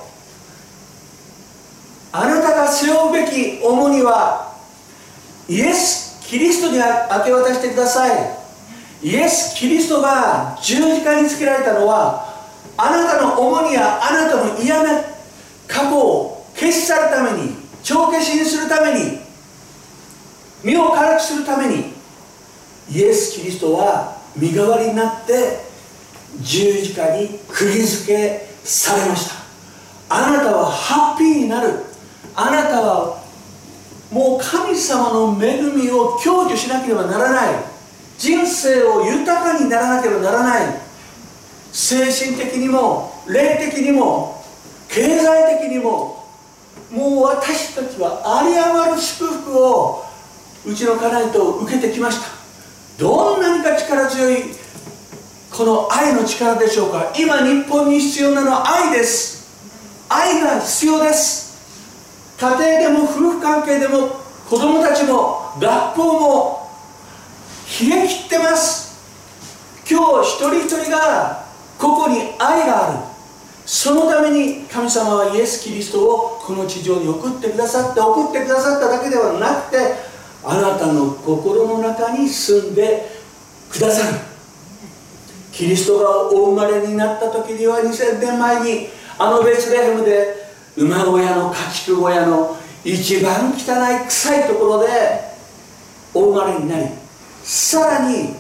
Speaker 5: あなたが背負うべき重荷はイエス・キリストに明け渡してください。イエス・キリストが十字架につけられたのは、あなたの重荷やあなたの嫌な過去を消し去るために、帳消しにするために、身を軽くするために、イエス・キリストは身代わりになって十字架に釘付けされました。あなたはハッピーになる。あなたはもう神様の恵みを享受しなければならない。人生を豊かにならなければならない。精神的にも霊的にも経済的にも、もう私たちは有り余る祝福をうちの家内と受けてきました。どんなにか力強いこの愛の力でしょうか。今日本に必要なのは愛です。愛が必要です。家庭でも夫婦関係でも子供たちも学校も冷え切ってます。今日一人一人がここに愛がある。そのために神様はイエス・キリストをこの地上に送ってくださっただけではなくて、あなたの心の中に住んでくださる。キリストがお生まれになった時には2000年前にあのベツレヘムで馬小屋の家畜小屋の一番汚い臭いところでお生まれになり、さらに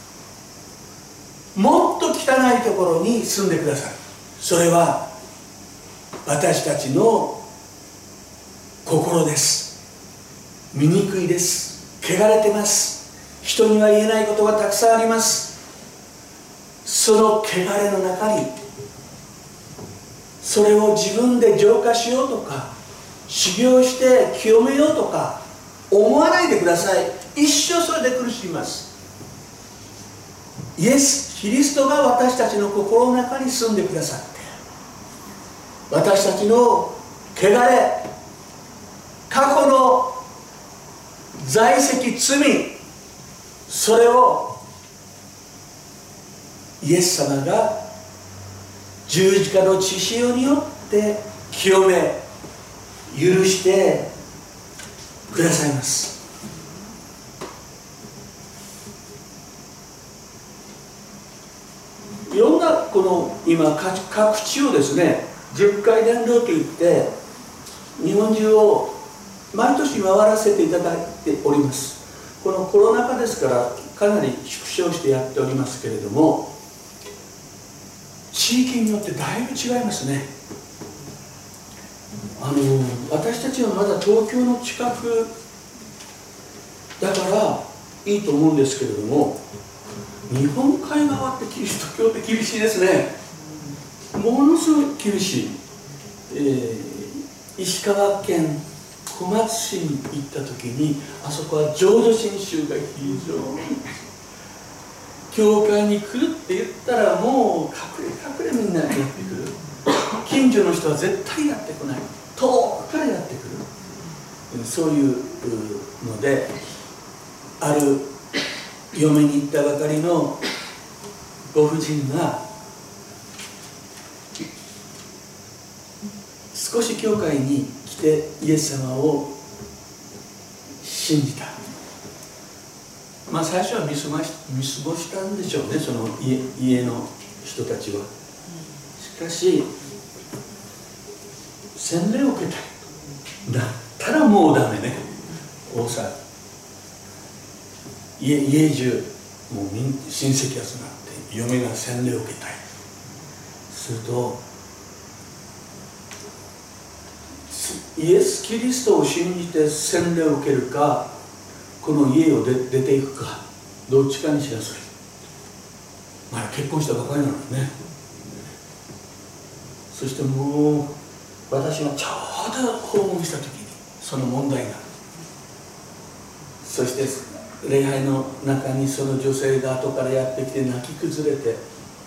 Speaker 5: もっと汚いところに住んでくださる。それは私たちの心です。醜いです。汚れてます。人には言えないことがたくさんあります。その汚れの中にそれを自分で浄化しようとか修行して清めようとか思わないでください。一生それで苦しみます。イエス・キリストが私たちの心の中に住んでくださって、私たちの汚れ、過去の在籍罪、それをイエス様が十字架の血潮によって清清め許してくださいます。いろんなこの今各地をですね、10回伝道といって日本中を毎年回らせていただいております。このコロナ禍ですからかなり縮小してやっておりますけれども、地域によってだいぶ違いますね。私たちはまだ東京の近くだからいいと思うんですけれども、日本海側ってキリスト教って厳しいですね。ものすごい厳しい。石川県小松市に行った時に、あそこは浄土真宗が非常に教会に来るって言ったらもう隠れみんなやってくる。近所の人は絶対やってこない。遠くからやってくる。そういうので、ある嫁に行ったばかりのご婦人が少し教会に来てイエス様を信じた。最初は見過ごしたんでしょうね、その家の人たちは。しかし洗礼を受けたいだったらもうダメね。大騒ぎ、家中もう親戚集まって嫁が洗礼を受けたい。するとイエス・キリストを信じて洗礼を受けるか、この家を出ていくか、どっちかにしなさい。まだ結婚したばかりなのにね。そしてもう私がちょうど訪問した時にその問題が、そして礼拝の中にその女性が後からやってきて泣き崩れて、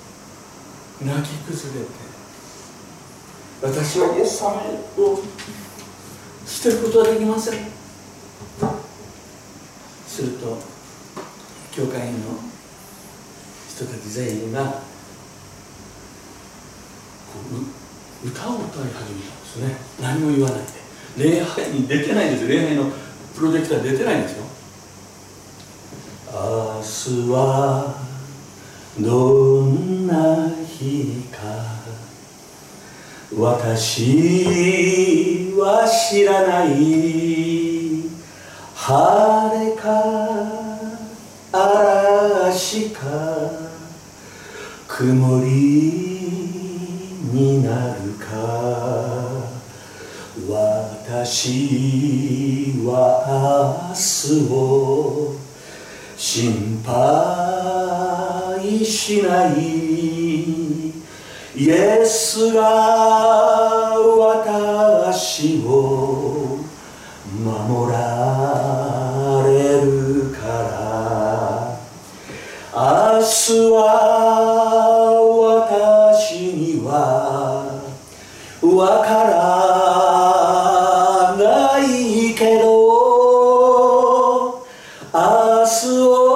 Speaker 5: 私はイエス様を捨てることはできません。すると教会員の人たち全員が歌を歌い始めたんですね。何も言わないで。礼拝に出てないんですよ。礼拝のプロジェクター出てないんですよ。明日はどんな日か私は知らない。晴れか嵐か曇りになるか、私は明日を心配しない。イエスが私を守られるから、明日は私にはわからないけど、明日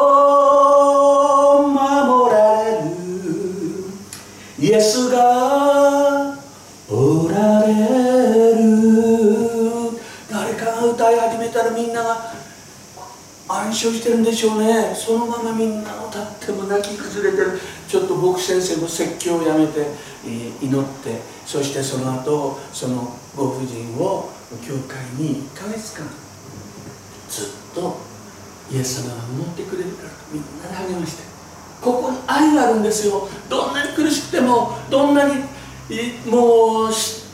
Speaker 5: を守られるイエスがおられる。誰かが歌い始めたらみんなが暗唱してるんでしょうね。そのままみんな歌っても泣き崩れてる。ちょっと牧先生も説教をやめて祈って、そしてその後そのご婦人を教会に1ヶ月間ずっとイエス様が守ってくれるからみんなで励まして、ここに愛があるんですよ。どんなに苦しくても、どんなにもう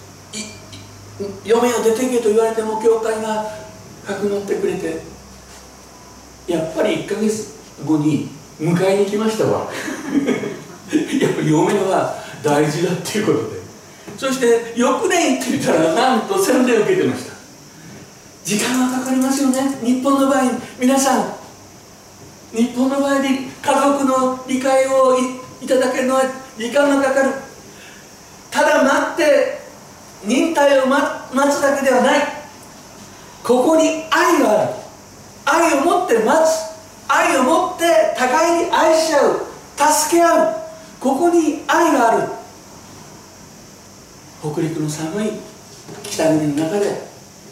Speaker 5: 嫁を出てけと言われても教会がかくまってくれて、やっぱり1ヶ月後に迎えに来ましたわやっぱり嫁は大事だっていうことで、そして翌年行ってみたらなんと洗礼を受けてました。時間はかかりますよね。日本の場合、皆さん日本の場合で家族の理解を いただけるのは時間がかかる。ただ待って忍耐を待つだけではない。ここに愛がある。愛を持って待つ、愛を持って互いに愛し合う、助け合う、ここに愛がある。北陸の寒い北国の中で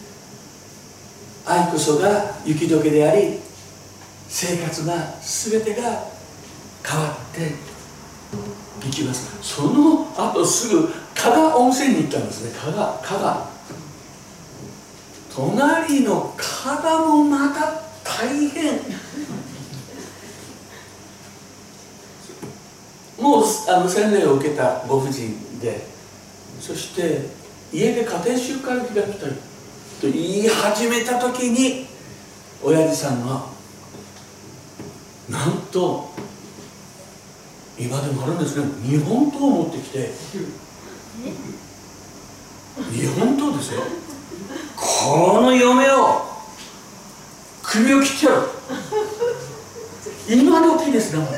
Speaker 5: 愛こそが雪解けであり、生活が全てが変わっていきます。その後すぐ加賀温泉に行ったんですね。加賀隣の加賀もまた大変もう洗礼を受けたご婦人で、そして家で家庭集会を開きたいと言い始めた時に、親父さんがなんと今でもあるんですね、日本刀を持ってきて、日本刀ですよ、この嫁を首を切ってやる、今時ですね。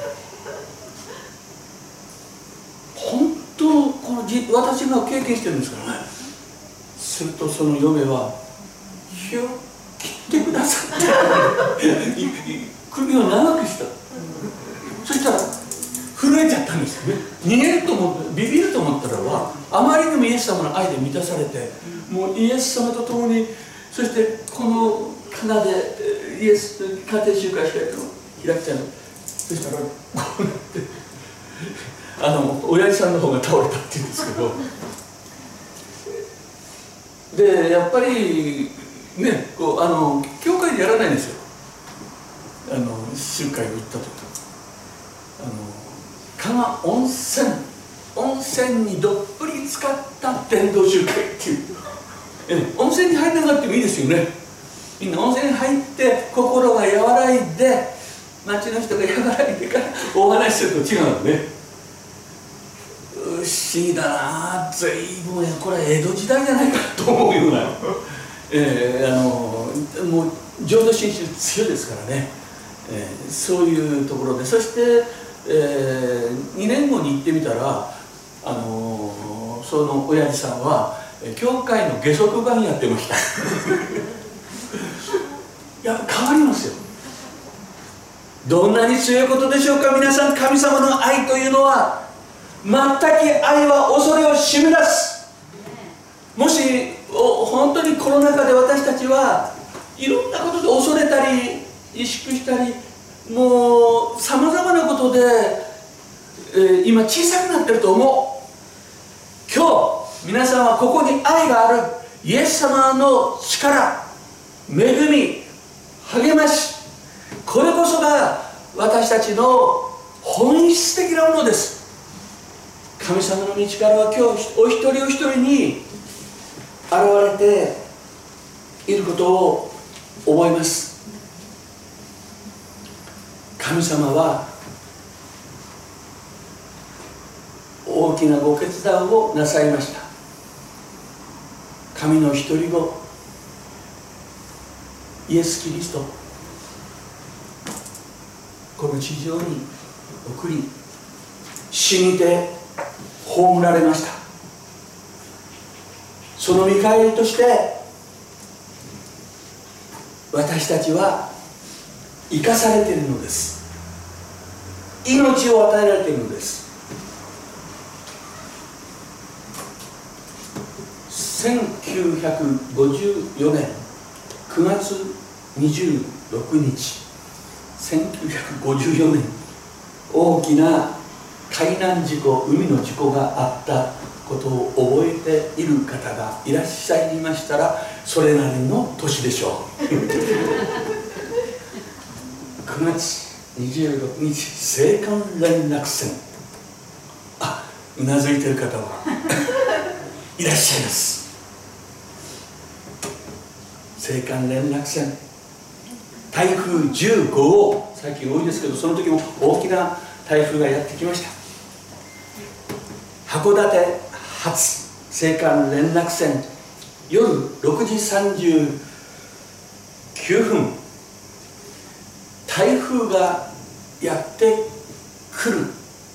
Speaker 5: 本当この私が経験してるんですからね。するとその嫁は火を切ってくださって首を長くした。そしたら震えちゃったんですよね。逃げると思ってビビると思ったらば、あまりにもイエス様の愛で満たされて、もうイエス様と共に、そしてこのカナでイエス家庭集会開きたいの。そしたらこうなって親父さんの方が倒れたっていうんですけど、でやっぱりね、こう教会でやらないんですよ。集会に行った時、加賀温泉にどっぷり使った伝道集会っていう、温泉に入らなくてもいいですよね。みんな温泉に入って心が和らいで、町の人が和らいでからお話しすると違うのね。不思議だな、随分これ江戸時代じゃないかと思うようなもう浄土真宗強いですからね、そういうところで、そして、2年後に行ってみたら、その親父さんは教会の下足番やってましたやっぱ変わりますよ。どんなに強いことでしょうか皆さん。神様の愛というのは全く愛は恐れを締め出す。もし本当にコロナ禍で私たちはいろんなことで恐れたり萎縮したり、もうさまざまなことで、今小さくなってると思う。今日皆さんはここに愛がある。イエス様の力、恵み、励まし、これこそが私たちの本質的なものです。神様の御力は今日お一人お一人に現れていることを思います。神様は大きなご決断をなさいました。神の一人子イエス・キリスト、この地上に送り、死にて葬られました。その見返りとして私たちは生かされているのです。命を与えられているのです。1954年9月26日、1954年、大きな海難事故、海の事故があったことを覚えている方がいらっしゃいましたら、それなりの年でしょう9月26日、青函連絡船、うなずいている方はいらっしゃいます。青函連絡船、台風15号、最近多いですけど、その時も大きな台風がやってきました。函館発青函連絡船、夜6時39分、台風がやってくる。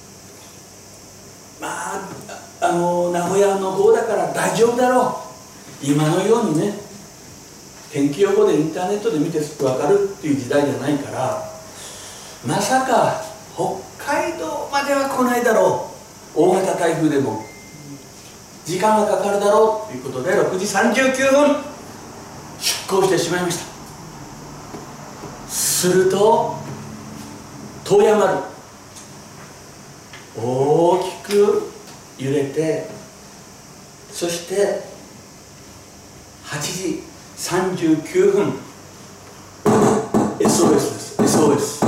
Speaker 5: 名古屋の方だから大丈夫だろう。今のようにね、天気予報でインターネットで見て分かるっていう時代じゃないから、まさか北海道までは来ないだろう。大型台風でも時間がかかるだろうということで6時39分出航してしまいました。すると遠山丸大きく揺れて、そして8時39分 SOS です。 SOS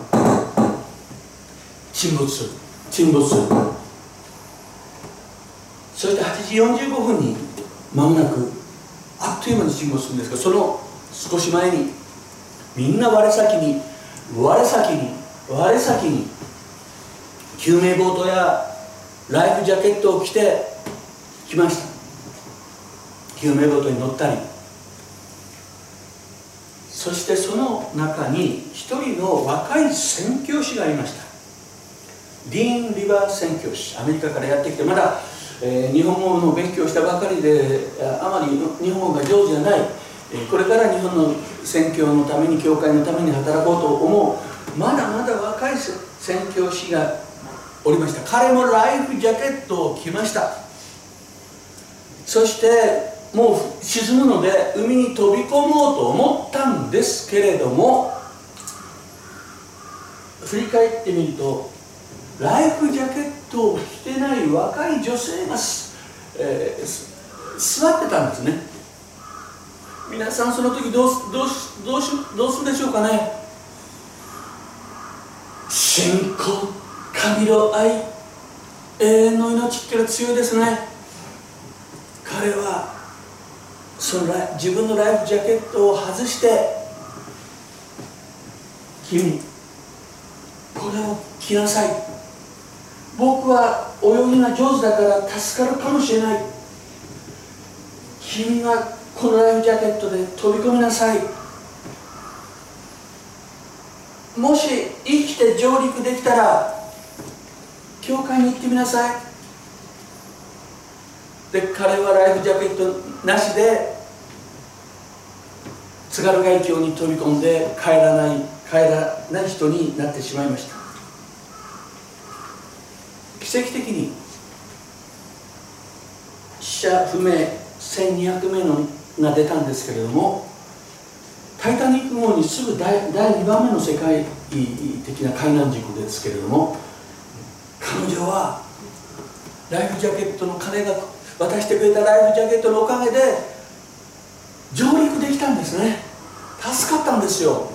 Speaker 5: 沈没する。そして8時45分に間もなくあっという間に沈没するんですが、その少し前にみんな我先に救命ボートやライフジャケットを着てきました。救命ボートに乗ったり、そしてその中に一人の若い宣教師がいました。ディーン・リバー宣教師、アメリカからやってきて、まだ、日本語の勉強したばかりであまり日本語が上手じゃない、これから日本の宣教のために教会のために働こうと思うまだまだ若い宣教師がおりました。彼もライフジャケットを着ました。そしてもう沈むので海に飛び込もうと思ったんですけれども、振り返ってみるとライフジャケットを着てない若い女性が、座ってたんですね。皆さんその時どうするでしょうかね。信仰、神の愛、永遠の命っていうのは強いですね。彼はその自分のライフジャケットを外して、君これを着なさい、僕は泳ぎが上手だから助かるかもしれない、君はこのライフジャケットで飛び込みなさい、もし生きて上陸できたら教会に行ってみなさい。で彼はライフジャケットなしで津軽海峡に飛び込んで帰らない人になってしまいました。奇跡的に死者不明1200名のが出たんですけれども、タイタニック号にすぐ第2番目の世界的な海難事故ですけれども、彼女はライフジャケットの彼が渡してくれたライフジャケットのおかげで上陸できたんですね。助かったんですよ。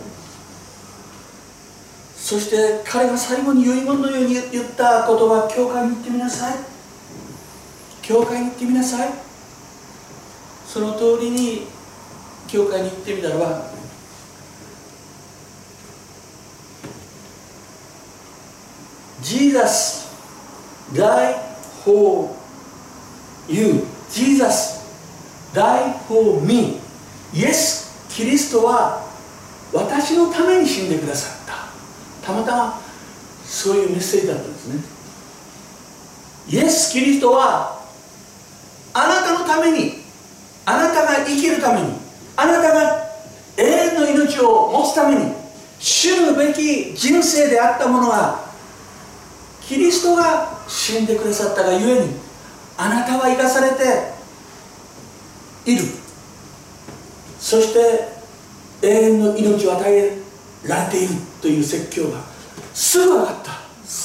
Speaker 5: そして彼が最後に遺言のように言った言葉、教会に行ってみなさい、教会に行ってみなさい。その通りに教会に行ってみたらば、Jesus died for you, Jesus died for me。 イエス・キリストは私のために死んでくださった。たまたまそういうメッセージだったんですね。イエス・キリストはあなたのために、あなたが生きるために、あなたが永遠の命を持つために死ぬべき人生であったものが、キリストが死んでくださったがゆえにあなたは生かされている。そして永遠の命を与えられているという説教がすぐ分かった。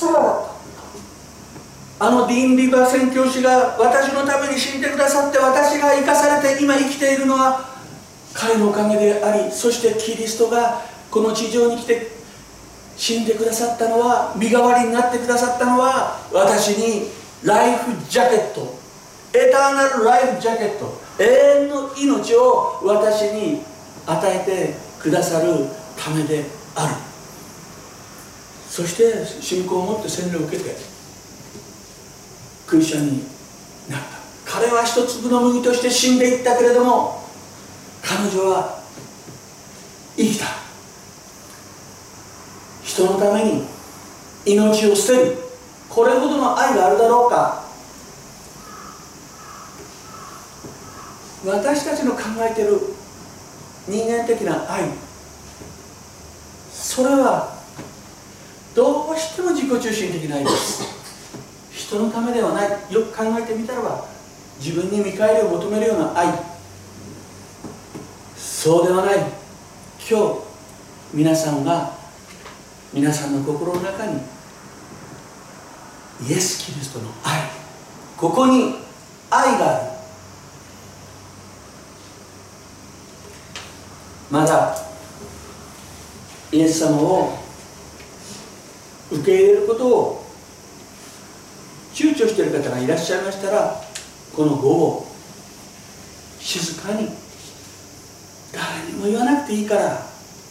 Speaker 5: あのディーン・リバー宣教師が私のために死んでくださって、私が生かされて今生きているのは彼のおかげであり、そしてキリストがこの地上に来て死んでくださったのは、身代わりになってくださったのは、私にライフジャケット、エターナルライフジャケット、永遠の命を私に与えてくださるためである。そして信仰を持って洗礼を受けてクリスチャンになった。彼は一粒の麦として死んでいったけれども、彼女は生きた。人のために命を捨てる、これほどの愛があるだろうか。私たちの考えている人間的な愛、それはどうしても自己中心的な愛です。人のためではない。よく考えてみたらば自分に見返りを求めるような愛、そうではない。今日皆さんが皆さんの心の中にイエス・キリストの愛、ここに愛がある。まだイエス様を受け入れることを躊躇している方がいらっしゃいましたら、この午後静かに誰にも言わなくていいから、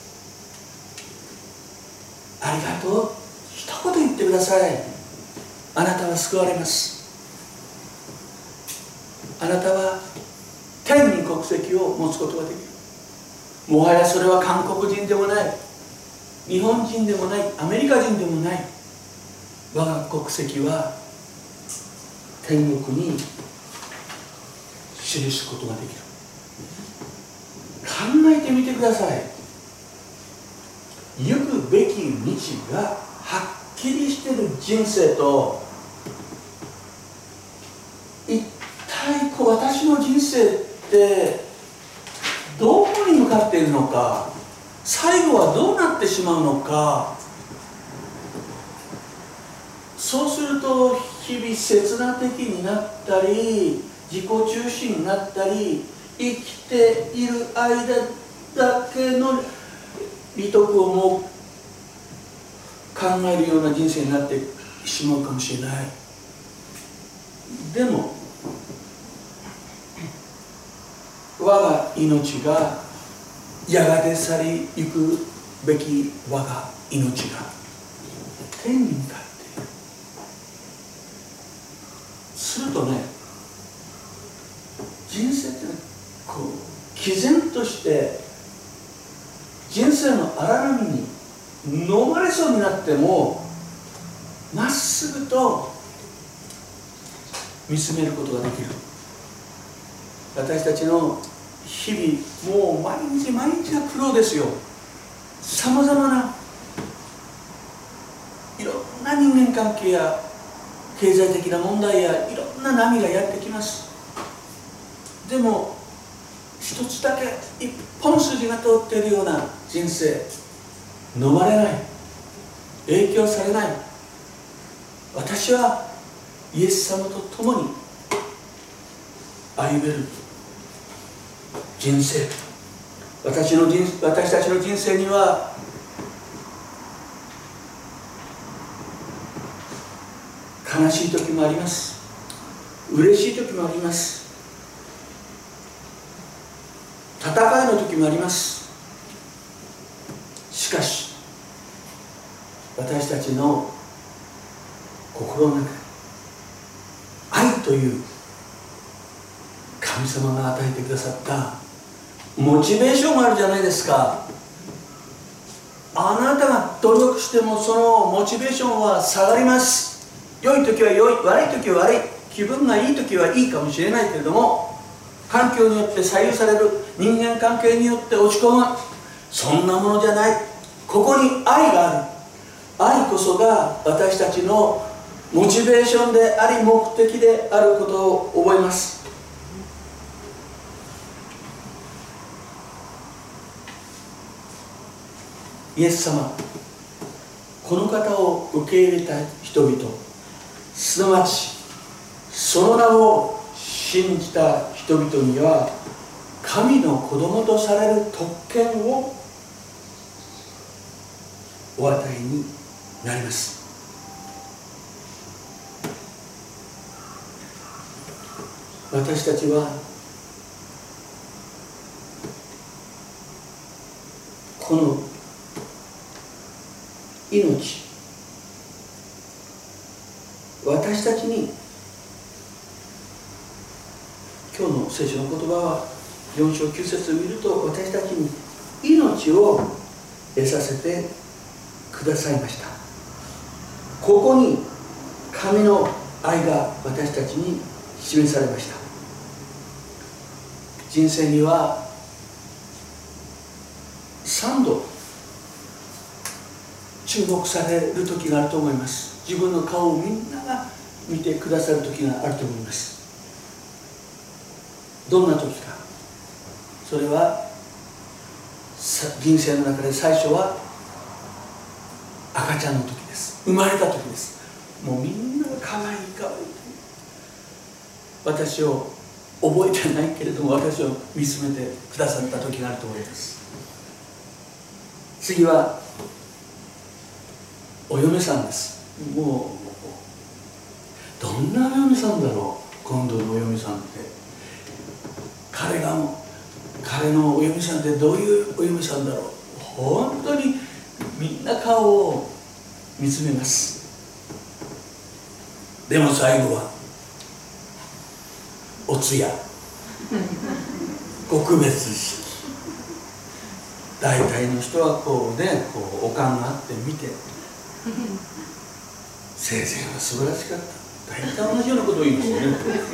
Speaker 5: ありがとう一言言ってください。あなたは救われます。あなたは天に国籍を持つことができる。もはやそれは韓国人でもない、日本人でもない、アメリカ人でもない。我が国籍は天国に記すことができる。考えてみてください。行くべき道がはっきりしている人生と、一体私の人生ってどこに向かっているのか、最後はどうなってしまうのか。そうすると日々刹那的になったり、自己中心になったり、生きている間だけの利得をも考えるような人生になってしまうかもしれない。でも我が命がやがて去りゆくべき我が命が天に向かっている。するとね、人生ってこう毅然として人生の荒波に飲まれそうになっても、まっすぐと見つめることができる。私たちの日々、もう毎日毎日が苦労ですよ。さまざまないろんな人間関係や経済的な問題やいろんな波がやってきます。でも一つだけ一本筋が通っているような人生、飲まれない、影響されない。私はイエス様と共に歩める人生。私たちの人生には悲しい時もあります。嬉しい時もあります。戦いの時もあります。しかし私たちの心の中に愛という神様が与えてくださったモチベーションがあるじゃないですか。あなたが努力してもそのモチベーションは下がります。良い時は良い、悪い時は悪い、気分がいい時はいいかもしれないけれども、環境によって左右される、人間関係によって落ち込む、そんなものじゃない。ここに愛がある。愛こそが私たちのモチベーションであり目的であることを覚えます。イエス様、この方を受け入れた人々、すなわちその名を信じた人々には神の子供とされる特権をお与えになります。私たちはこの命、私たちに、今日の聖書の言葉は4章9節を見ると、私たちに命を得させてくださいました。ここに神の愛が私たちに示されました。人生には3度注目される時があると思います。自分の顔をみんなが見てくださる時があると思います。 どんな時か。それは人生の中で最初は赤ちゃんの時です。生まれた時です。もうみんなが可愛い可愛い、私を覚えてないけれども私を見つめてくださった時があると思います。次はお嫁さんです。もうどんなお嫁さんだろう、今度のお嫁さんって。彼のお嫁さんってどういうお嫁さんだろう。本当にみんな顔を見つめます。でも最後はお通夜、告別式。大体の人はこうね、こうおかんがあって見て、生前は素晴らしかった。大体同じようなことを言いますよね。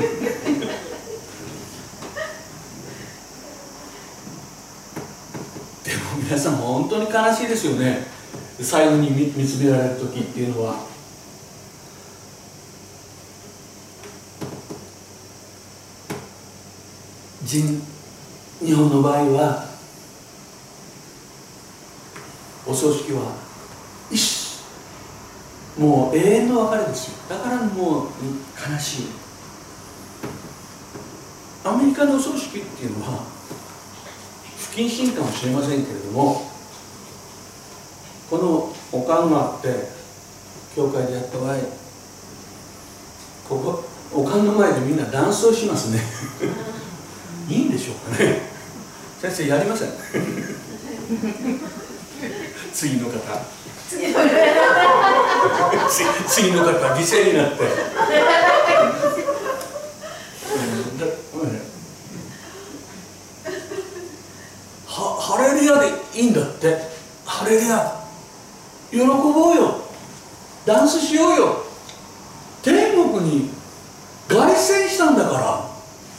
Speaker 5: でも皆さん本当に悲しいですよね。最後に見つめられる時っていうのは。日本の場合はお葬式はもう永遠の別れですよ。だからもう悲しい。アメリカのお葬式っていうのは不謹慎かもしれませんけれども、このおかんがあって教会でやった場合、ここおかんの前でみんなダンスをしますね。いいんでしょうかね。先生やりません。次の方次の方犠牲になってハレルヤでいいんだって。ハレルヤ喜ぼうよ、ダンスしようよ。天国に凱旋したんだから、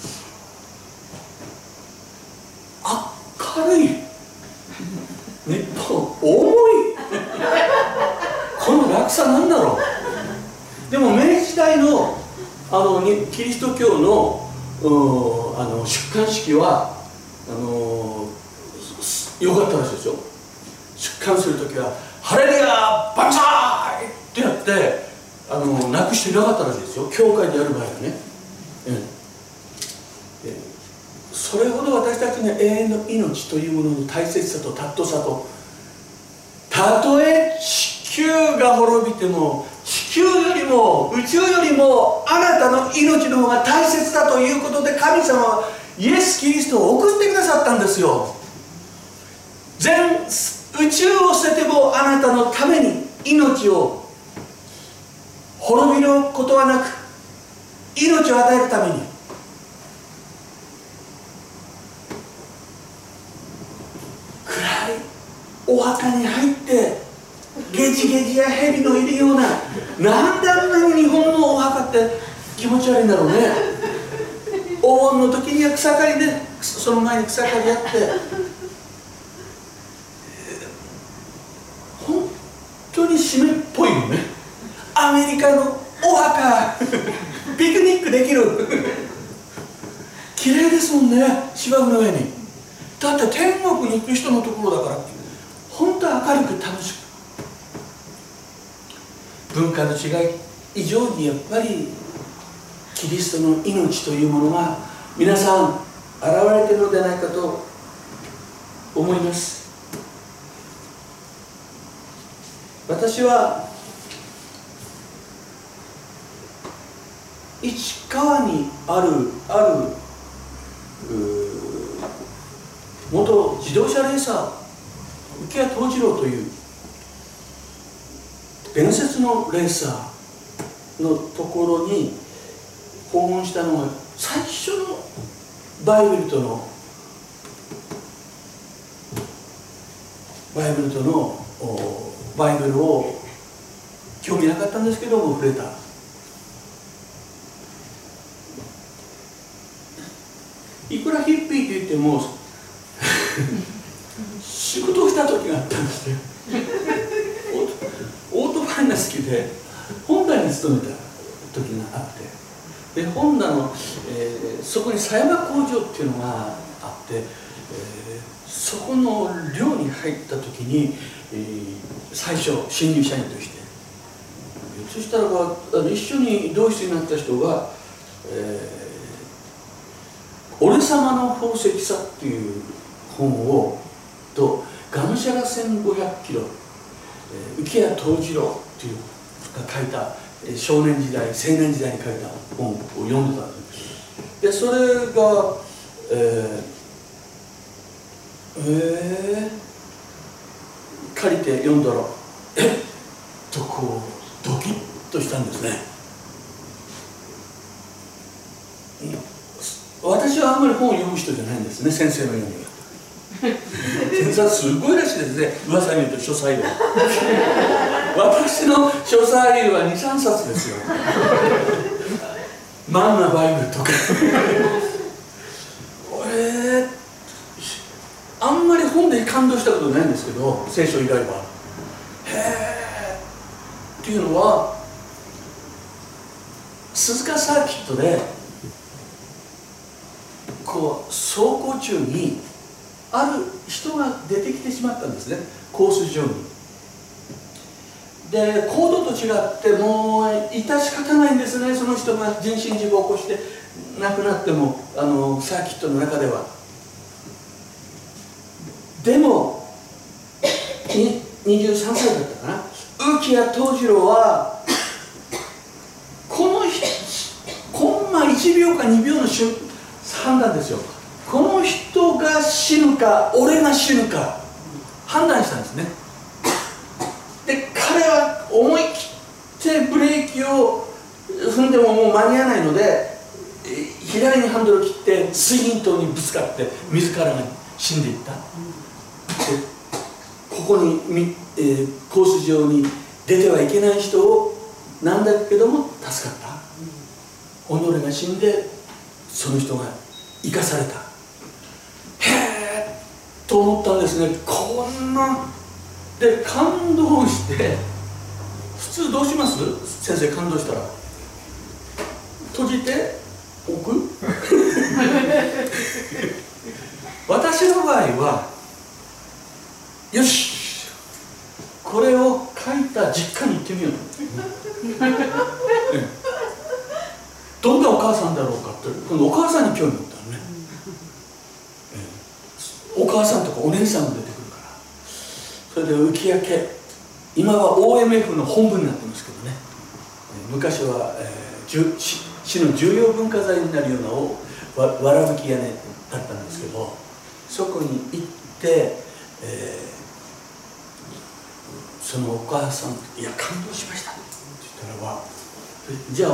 Speaker 5: 軽い、日本重い。この落差なんだろう。でも明治時代のキリスト教の出棺式は良かったらしいですよ。出棺する時は「ハレルヤ万歳!」ってやって亡くしていなかったらしいですよ、教会でやる場合はね。それほど私たちの永遠の命というものの大切さと尊さと、たとえ地球が滅びても地球よりも宇宙よりもあなたの命の方が大切だということで、神様はイエス・キリストを送ってくださったんですよ。全宇宙を捨ててもあなたのために命を滅びることはなく命を与えるために、お墓に入ってゲジゲジや蛇のいるような、なんであんなに日本のお墓って気持ち悪いんだろうね。お盆の時には草刈りで、その前に草刈りやって、本当に湿っぽいのね。アメリカのお墓ピクニックできる。綺麗ですもんね、芝生の上に。だって天国に行く人のところだから、本当明るく楽しく。文化の違い以上にやっぱりキリストの命というものが皆さん現れているのではないかと思います。私は市川にある元自動車レーサー浮谷藤次郎という伝説のレーサーのところに訪問したのが最初のバイブルとのバイブルを興味なかったんですけども触れた。いくらヒッピーと言っても仕事をした時があったんですよ。オートバイが好きで本体に勤めた時があって、 でホンダの、そこに狭山工場っていうのがあって、そこの寮に入った時に、最初新入社員として、そしたらば一緒に同室になった人が「俺様の宝石さ」っていう本をと「がむしゃら1500キロ」浮谷藤次郎っていうが書いた少年時代青年時代に書いた本を読んでたんです。でそれが借りて読んだらこうドキッとしたんですね。私はあんまり本を読む人じゃないんですね、先生のように。先生はすごいらしいですね、噂に言うと書斎は。私の書斎は2、3冊ですよ。マンナバイブルとか。あんまり本で感動したことないんですけど、聖書以外は。へえっていうのは、鈴鹿サーキットでこう走行中にある人が出てきてしまったんですね、コース上に。で行動と違ってもう致し方ないんですね、その人が人身事故を起こして亡くなってもサーキットの中では。でも23歳だったかな、浮谷藤次郎はこのコンマ1秒か2秒の判断ですよ。この人が死ぬか俺が死ぬか判断したんですね。で彼は思い切ってブレーキを踏んでももう間に合わないので、左にハンドルを切って水銀灯にぶつかって自らが死んでいった。でここに、コース上に出てはいけない人をなんだけども助かった。己が死んでその人が生かされた。へえと思ったんですね。こんなで感動して、普通どうします？先生感動したら閉じておく私の場合はよしこれを書いた実家に行ってみようどんなお母さんだろうかって、今度お母さんに興味持ったのね。お母さんとかお姉さんも出てくるから、それで浮き焼け、今は OMF の本部になってますけどね、昔は、市の重要文化財になるようなわらぶき屋根だったんですけど、そこに行って、そのお母さん「いや感動しました」って言ったらば「じゃあ、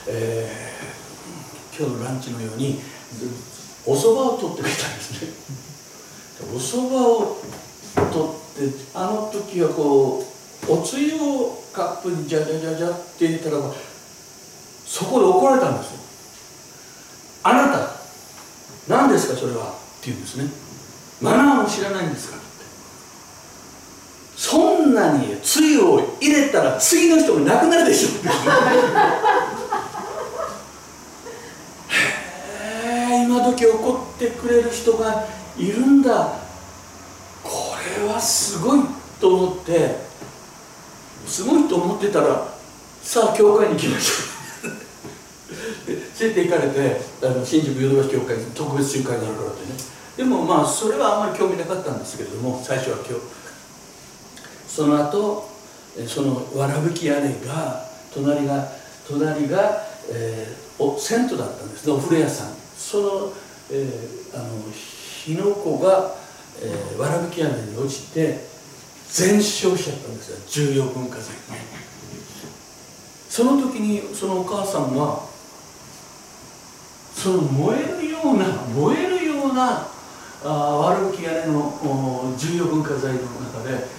Speaker 5: 今日のランチのようにお蕎麦を取ってくれたんですね。お蕎麦を取って、あの時はこうおつゆをカップにジャジャジャジャって入れたらば、そこで怒られたんですよ。あなた何ですかそれはって言うんですね。マナーを知らないんですかって。そんなにつゆを入れたら次の人が亡くなるでしょってへえ今時怒ってくれる人がいるんだ、これはすごいと思って、すごいと思ってたら、さあ教会に行きましょう連れて行かれて、新宿ヨドバシ教会に特別集会があるからってね。でもまあそれはあんまり興味なかったんですけれども、最初はその後そのわらぶき屋根が隣が、銭湯だったんですね、お風呂屋さん。その、火の粉が、わらぶき屋根に落ちて全焼しちゃったんですよ、重要文化財。その時にそのお母さんはその燃えるようなわらぶき屋根の重要文化財の中で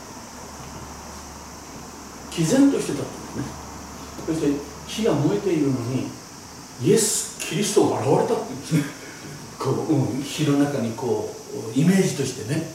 Speaker 5: 毅然としてたんですね。そして火が燃えているのにイエス・キリストが現れたって言うんですね。こう、火の中にこうイメージとしてね。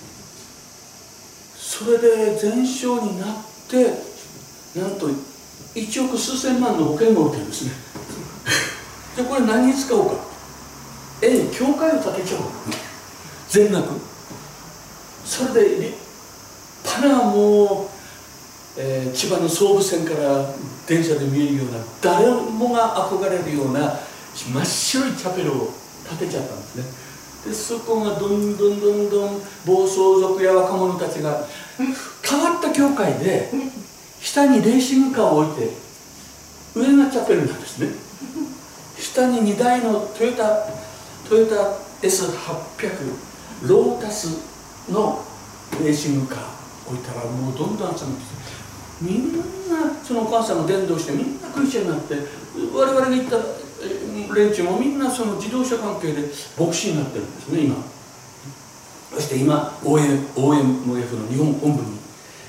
Speaker 5: それで全焼になって、なんと1億数千万の保険が下りてるんですねでこれ何に使おうか。教会を建てちゃおう。全額。それで立派なもう、千葉の総武線から電車で見えるような、誰もが憧れるような真っ白いチャペルを建てちゃったんですね。でそこがどんどんどんどん暴走族や若者たちが変わった教会で下にレーシングカーを置いて、上がチャペルなんですね。下に2台のトヨタ S800 ロータスのレーシングカー置いたら、もうどんどん集まってきて、みんなそのお母さんが伝道してみんなクリスチャンになって、我々が行った連中もみんなその自動車関係で牧師になってるんですね今。そして今 OMF の日本本部に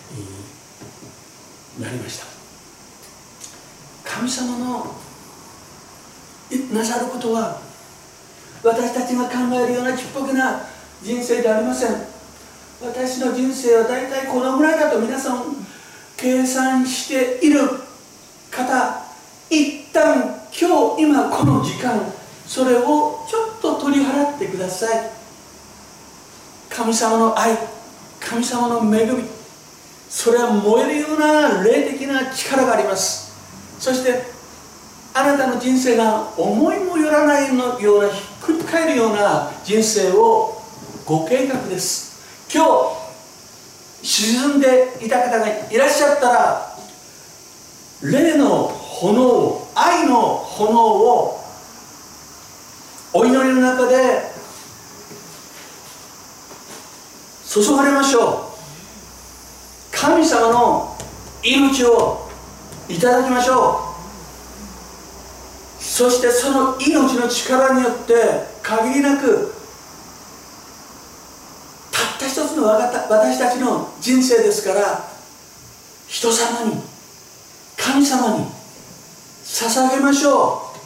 Speaker 5: なりました。神様のなさることは私たちが考えるようなちっぽけな人生ではありません。私の人生は大体このぐらいだと皆さん計算している方、一旦今日今この時間、それをちょっと取り払ってください。神様の愛、神様の恵み、それは燃えるような霊的な力があります。そしてあなたの人生が思いもよらないような、ひっくり返るような人生をご計画です。今日沈んでいた方がいらっしゃったら、霊の炎を、愛の炎をお祈りの中で注がれましょう。神様の命をいただきましょう。そしてその命の力によって限りなくたった一つの私たちの人生ですから、人様に、神様に捧げましょう。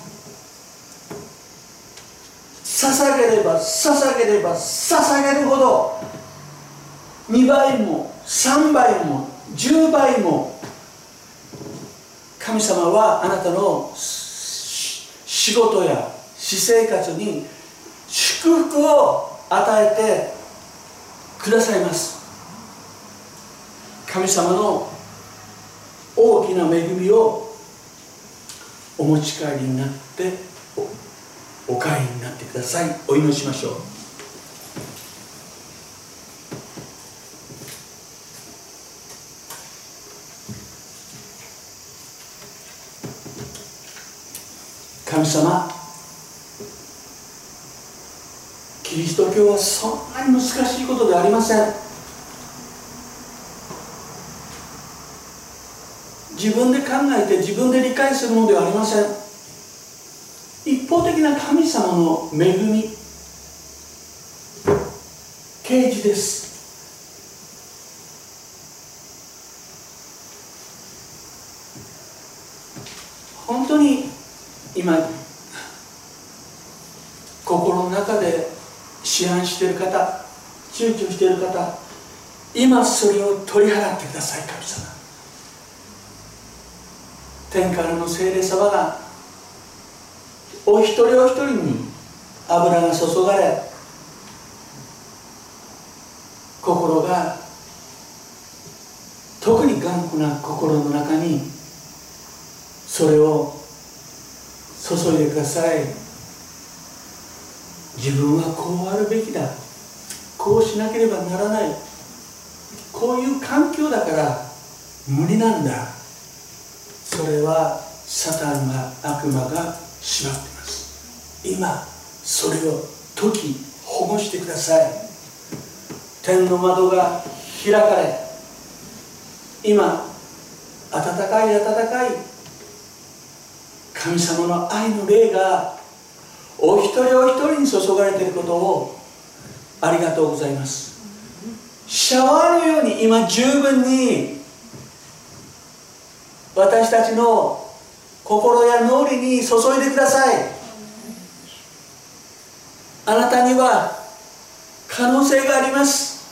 Speaker 5: 捧げれば捧げれば捧げるほど、2倍も3倍も10倍も神様はあなたの仕事や私生活に祝福を与えてくださいます。神様の大きな恵みをお持ち帰りになって お帰りになってください。お祈りしましょう。神様、キリスト教はそんなに難しいことではありません。自分で考えて自分で理解するものではありません。一方的な神様の恵み、啓示です。本当に今心の中で思案している方、躊躇している方、今それを取り払ってください。神様、天からの聖霊様がお一人お一人に油が注がれ、心が特に頑固な心の中にそれを注いでください。自分はこうあるべきだ、こうしなければならない、こういう環境だから無理なんだ、それはサタンが、悪魔が縛っています。今それを解き保護してください。天の窓が開かれ、今温かい神様の愛の霊がお一人お一人に注がれていることをありがとうございます。シャワーのように今十分に私たちの心や脳裏に注いでください。あなたには可能性があります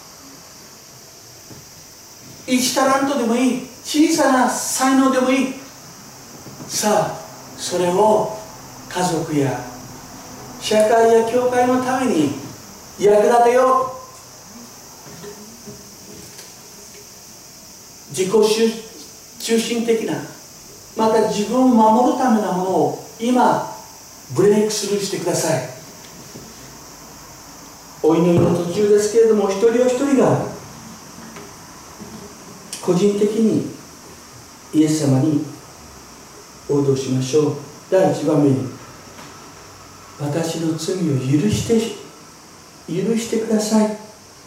Speaker 5: 。1タラントでもいい、小さな才能でもいい。さあそれを家族や社会や教会のために役立てよう。自己中心的な、また自分を守るためなものを今ブレイクスルーしてください。お祈りの途中ですけれども、一人お一人が個人的にイエス様に応答しましょう。第1番目に、私の罪を許してください。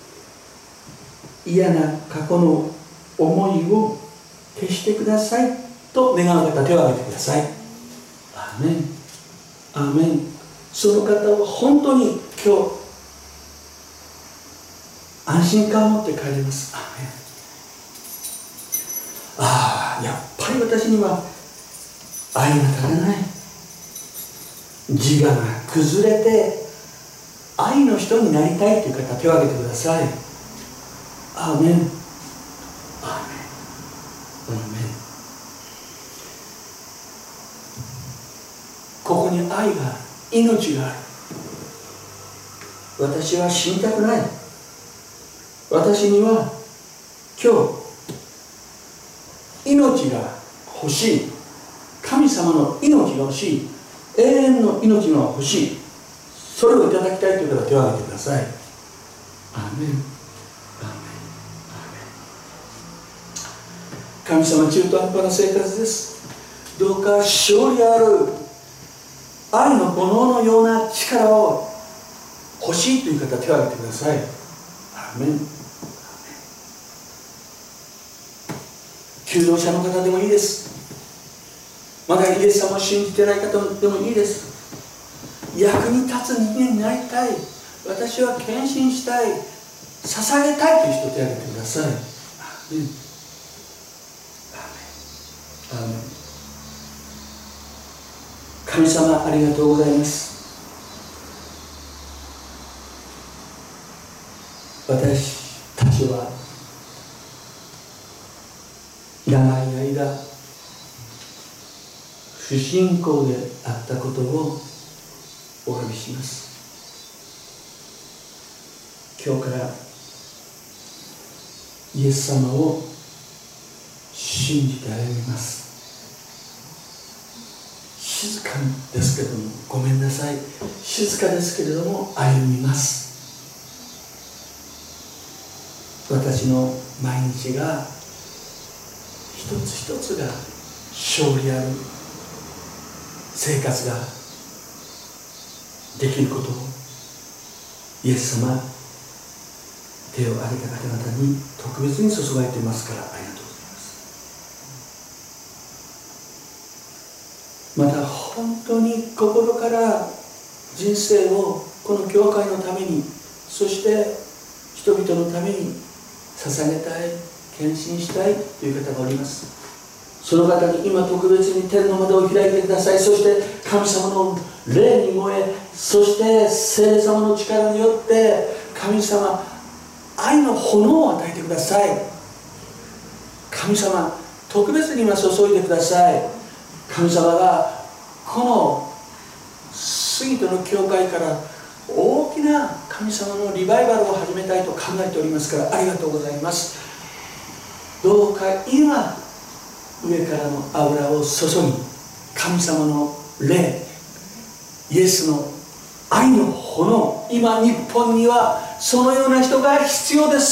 Speaker 5: 嫌な過去の思いを消してくださいと願う方、手を挙げてください。アーメン、アーメン。その方を本当に今日安心感を持って帰ります。アーメン。ああ、やっぱり私には愛が足らない、自我が崩れて愛の人になりたいという方、手を挙げてください。アーメン、アーメン、アーメン。ここに愛が、命がある。私は死にたくない。私には今日命が欲しい。神様の命が欲しい。永遠の命が欲しい。それをいただきたいという方は手を挙げてください。アーメン、アーメン、アーメン。神様、中途半端な生活です。どうか勝利ある愛の炎のような力を欲しいという方は手を挙げてください。アーメン。求道者の方でもいいです。まだイエス様を信じてない方でもいいです。役に立つ人間になりたい、私は献身したい、捧げたいという人を手を挙げてください。アーメン、アーメン、アーメン。神様、ありがとうございます。私たちは長い間不信仰であったことをお詫びします。今日からイエス様を信じて歩みます。静かですけれども、ごめんなさい、静かですけれども歩みます。私の毎日が一つ一つが勝利ある生活ができることを、イエス様、手を挙げた方々に特別に注がれていますから、ありがとうございます。また本当に心から人生をこの教会のために、そして人々のために捧げたい、献身したいという方がおります。その方に今特別に天の窓を開いてください。そして神様の霊に燃え、そして聖霊様の力によって神様、愛の炎を与えてください。神様、特別に今注いでください。神様がこの杉戸の教会から大きな神様のリバイバルを始めたいと考えておりますから、ありがとうございます。どうか今上からの油を注ぎ、神様の霊、イエスの愛の炎、今日本にはそのような人が必要です。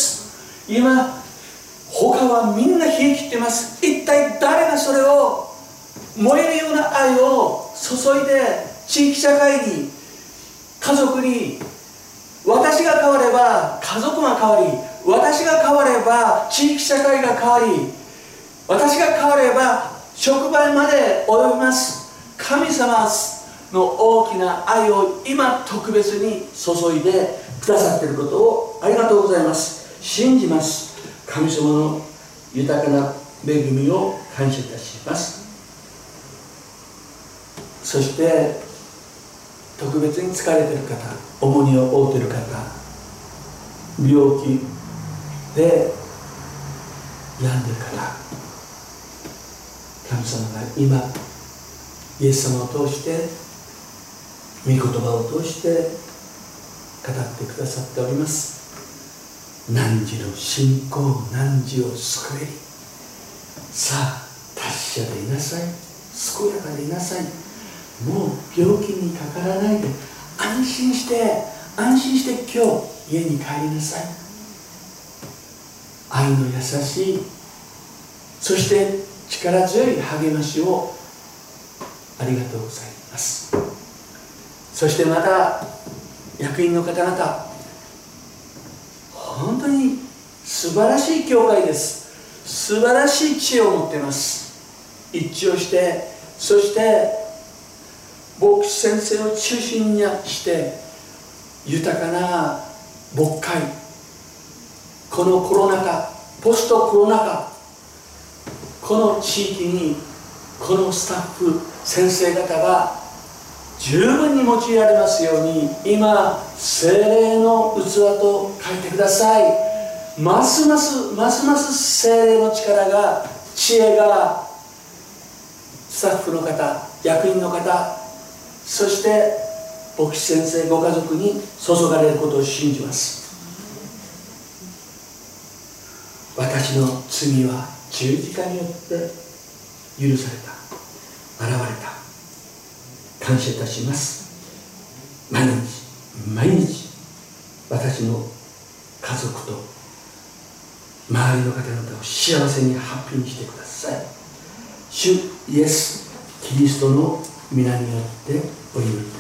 Speaker 5: 今他はみんな冷え切ってます。一体誰がそれを燃えるような愛を注いで地域社会に、家族に、私が変われば家族が変わり、私が変われば地域社会が変わり、私が変われば職場まで及びます。神様の大きな愛を今特別に注いでくださっていることをありがとうございます。信じます。神様の豊かな恵みを感謝いたします。そして特別に疲れている方、重荷を負っている方、病気で病んでいる方、神様が今イエス様を通して御言葉を通して語ってくださっております。汝の信仰、汝を救えり。さあ達者でいなさい、健やかでいなさい。もう病気にかからないで安心して今日家に帰りなさい。愛の優しい、そして力強い励ましをありがとうございます。そしてまた役員の方々、本当に素晴らしい教会です。素晴らしい知恵を持っています。一致をして、そして牧師先生を中心にして豊かな牧会、このコロナ禍、ポストコロナ禍、この地域にこのスタッフ先生方が十分に用いられますように、今聖霊の器と書いてください。ますます聖霊の力が、知恵がスタッフの方、役員の方、そして牧師先生ご家族に注がれることを信じます。私の罪は十字架によって許された、現れた。感謝いたします。毎日私の家族と周りの方々を幸せにハッピーにしてください。主イエス・キリストの皆によってお祈り